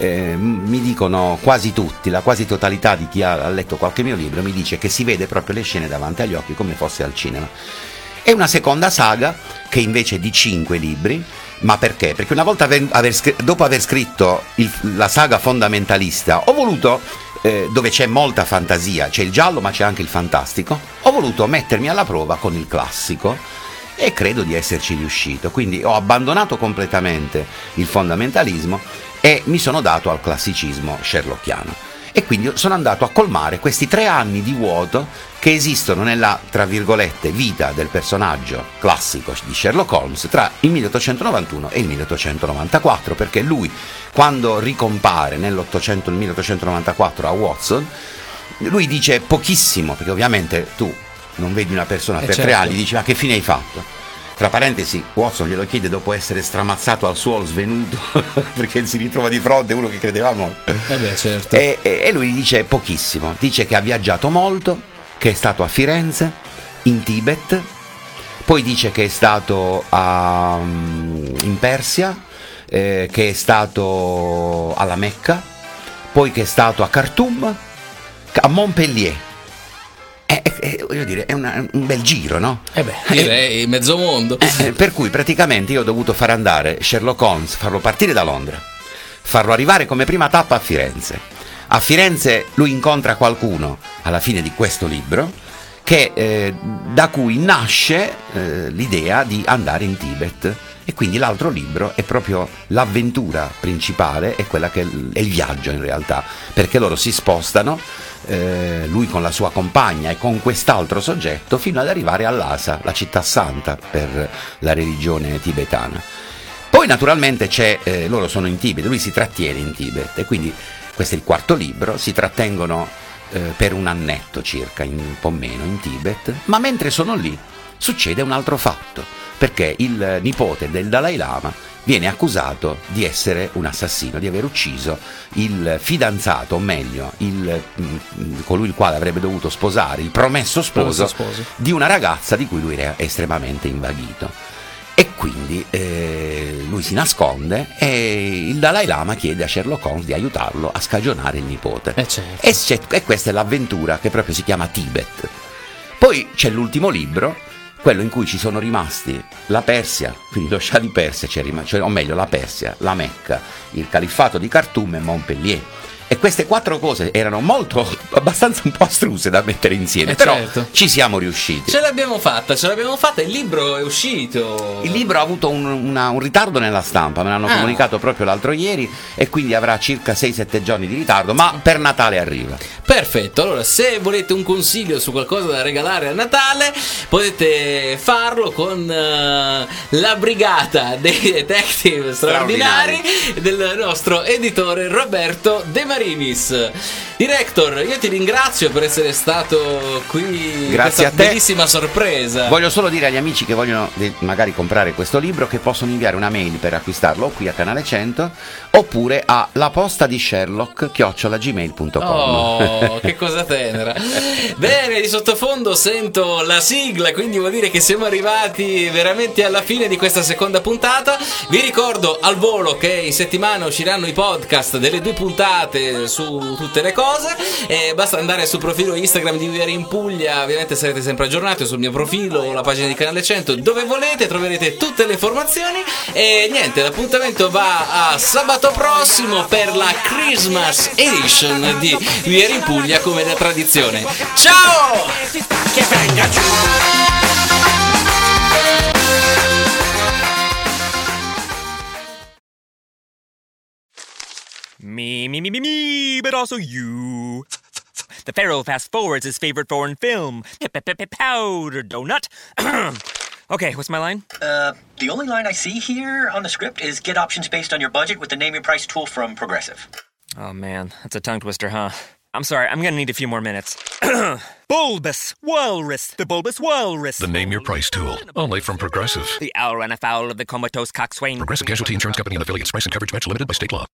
mi dicono quasi tutti, la quasi totalità di chi ha letto qualche mio libro mi dice che si vede proprio le scene davanti agli occhi come fosse al cinema. E una seconda saga che invece è di 5 libri. Ma perché? Perché una volta dopo aver scritto la saga fondamentalista, ho voluto, dove c'è molta fantasia, c'è il giallo ma c'è anche il fantastico, ho voluto mettermi alla prova con il classico e credo di esserci riuscito. Quindi ho abbandonato completamente il fondamentalismo e mi sono dato al classicismo sherlockiano. E quindi sono andato a colmare questi 3 anni di vuoto che esistono nella, tra virgolette, vita del personaggio classico di Sherlock Holmes tra il 1891 e il 1894, perché lui, quando ricompare nel 1894 a Watson, lui dice pochissimo, perché ovviamente tu non vedi una persona per 3 anni, dici ma che fine hai fatto? Tra parentesi, Watson glielo chiede dopo essere stramazzato al suolo, svenuto, perché si ritrova di fronte uno che credevamo.
Certo.
E lui dice pochissimo, dice che ha viaggiato molto, che è stato a Firenze, in Tibet, poi dice che è stato in Persia, che è stato alla Mecca, poi che è stato a Khartoum, a Montpellier. Voglio dire, è un bel giro, no?
Direi mezzo mondo.
Per cui praticamente io ho dovuto far andare Sherlock Holmes, farlo partire da Londra, farlo arrivare come prima tappa a Firenze. A Firenze lui incontra qualcuno alla fine di questo libro da cui nasce l'idea di andare in Tibet, e quindi l'altro libro è proprio l'avventura principale, è quella che è il viaggio in realtà, perché loro si spostano, lui con la sua compagna e con quest'altro soggetto, fino ad arrivare a Lhasa, la città santa per la religione tibetana. Poi naturalmente loro sono in Tibet, lui si trattiene in Tibet, e quindi questo è il 4º libro, si trattengono per 1 annetto circa, un po' meno, in Tibet, ma mentre sono lì succede un altro fatto, perché il nipote del Dalai Lama viene accusato di essere un assassino, di aver ucciso il fidanzato, o meglio, colui il quale avrebbe dovuto sposare, il promesso sposo di una ragazza di cui lui era estremamente invaghito. E quindi lui si nasconde e il Dalai Lama chiede a Sherlock Holmes di aiutarlo a scagionare il nipote. E questa è l'avventura che proprio si chiama Tibet. Poi c'è l'ultimo libro, quello in cui ci sono rimasti la Persia, quindi lo Shah di Persia, o meglio la Persia, la Mecca, il califfato di Khartoum e Montpellier. E queste 4 cose erano abbastanza un po' astruse da mettere insieme, però ci siamo riusciti.
Ce l'abbiamo fatta, il libro è uscito.
Il libro ha avuto un ritardo nella stampa, me l'hanno comunicato proprio l'altro ieri, e quindi avrà circa 6-7 giorni di ritardo, ma per Natale arriva.
Perfetto, allora se volete un consiglio su qualcosa da regalare a Natale potete farlo con la brigata dei detective straordinari del nostro editore Roberto De Marinis. Director, io ti ringrazio per essere stato qui.
Grazie
questa
a te.
bellissima sorpresa.
Voglio solo dire agli amici che vogliono magari comprare questo libro che possono inviare una mail per acquistarlo o qui a Canale 100 oppure a lapostadisherlock@gmail.com.
Oh, che cosa tenera. Bene, di sottofondo sento la sigla, quindi vuol dire che siamo arrivati veramente alla fine di questa seconda puntata. Vi ricordo al volo che in settimana usciranno i podcast delle 2 puntate su tutte le cose, e basta andare sul profilo Instagram di We Are in Puglia, ovviamente sarete sempre aggiornati, sul mio profilo, la pagina di Canale 100, dove volete troverete tutte le informazioni. E niente, l'appuntamento va a sabato prossimo per la Christmas Edition di We Are in Puglia, come da tradizione. Ciao!
Che venga giù.
Me, but also you. The Pharaoh fast forwards his favorite foreign film, Powder Donut. Okay, what's my line?
The only line I see here on the script is get options based on your budget with the Name Your Price tool from Progressive.
Oh man, that's a tongue twister, huh? I'm sorry, I'm gonna need a few more minutes. Bulbous Walrus, the Bulbous Walrus.
The Name Your Price tool, only from Progressive.
The owl ran afoul of the comatose coxswain.
Progressive Casualty Insurance Company and affiliates. Price and coverage match limited by state law.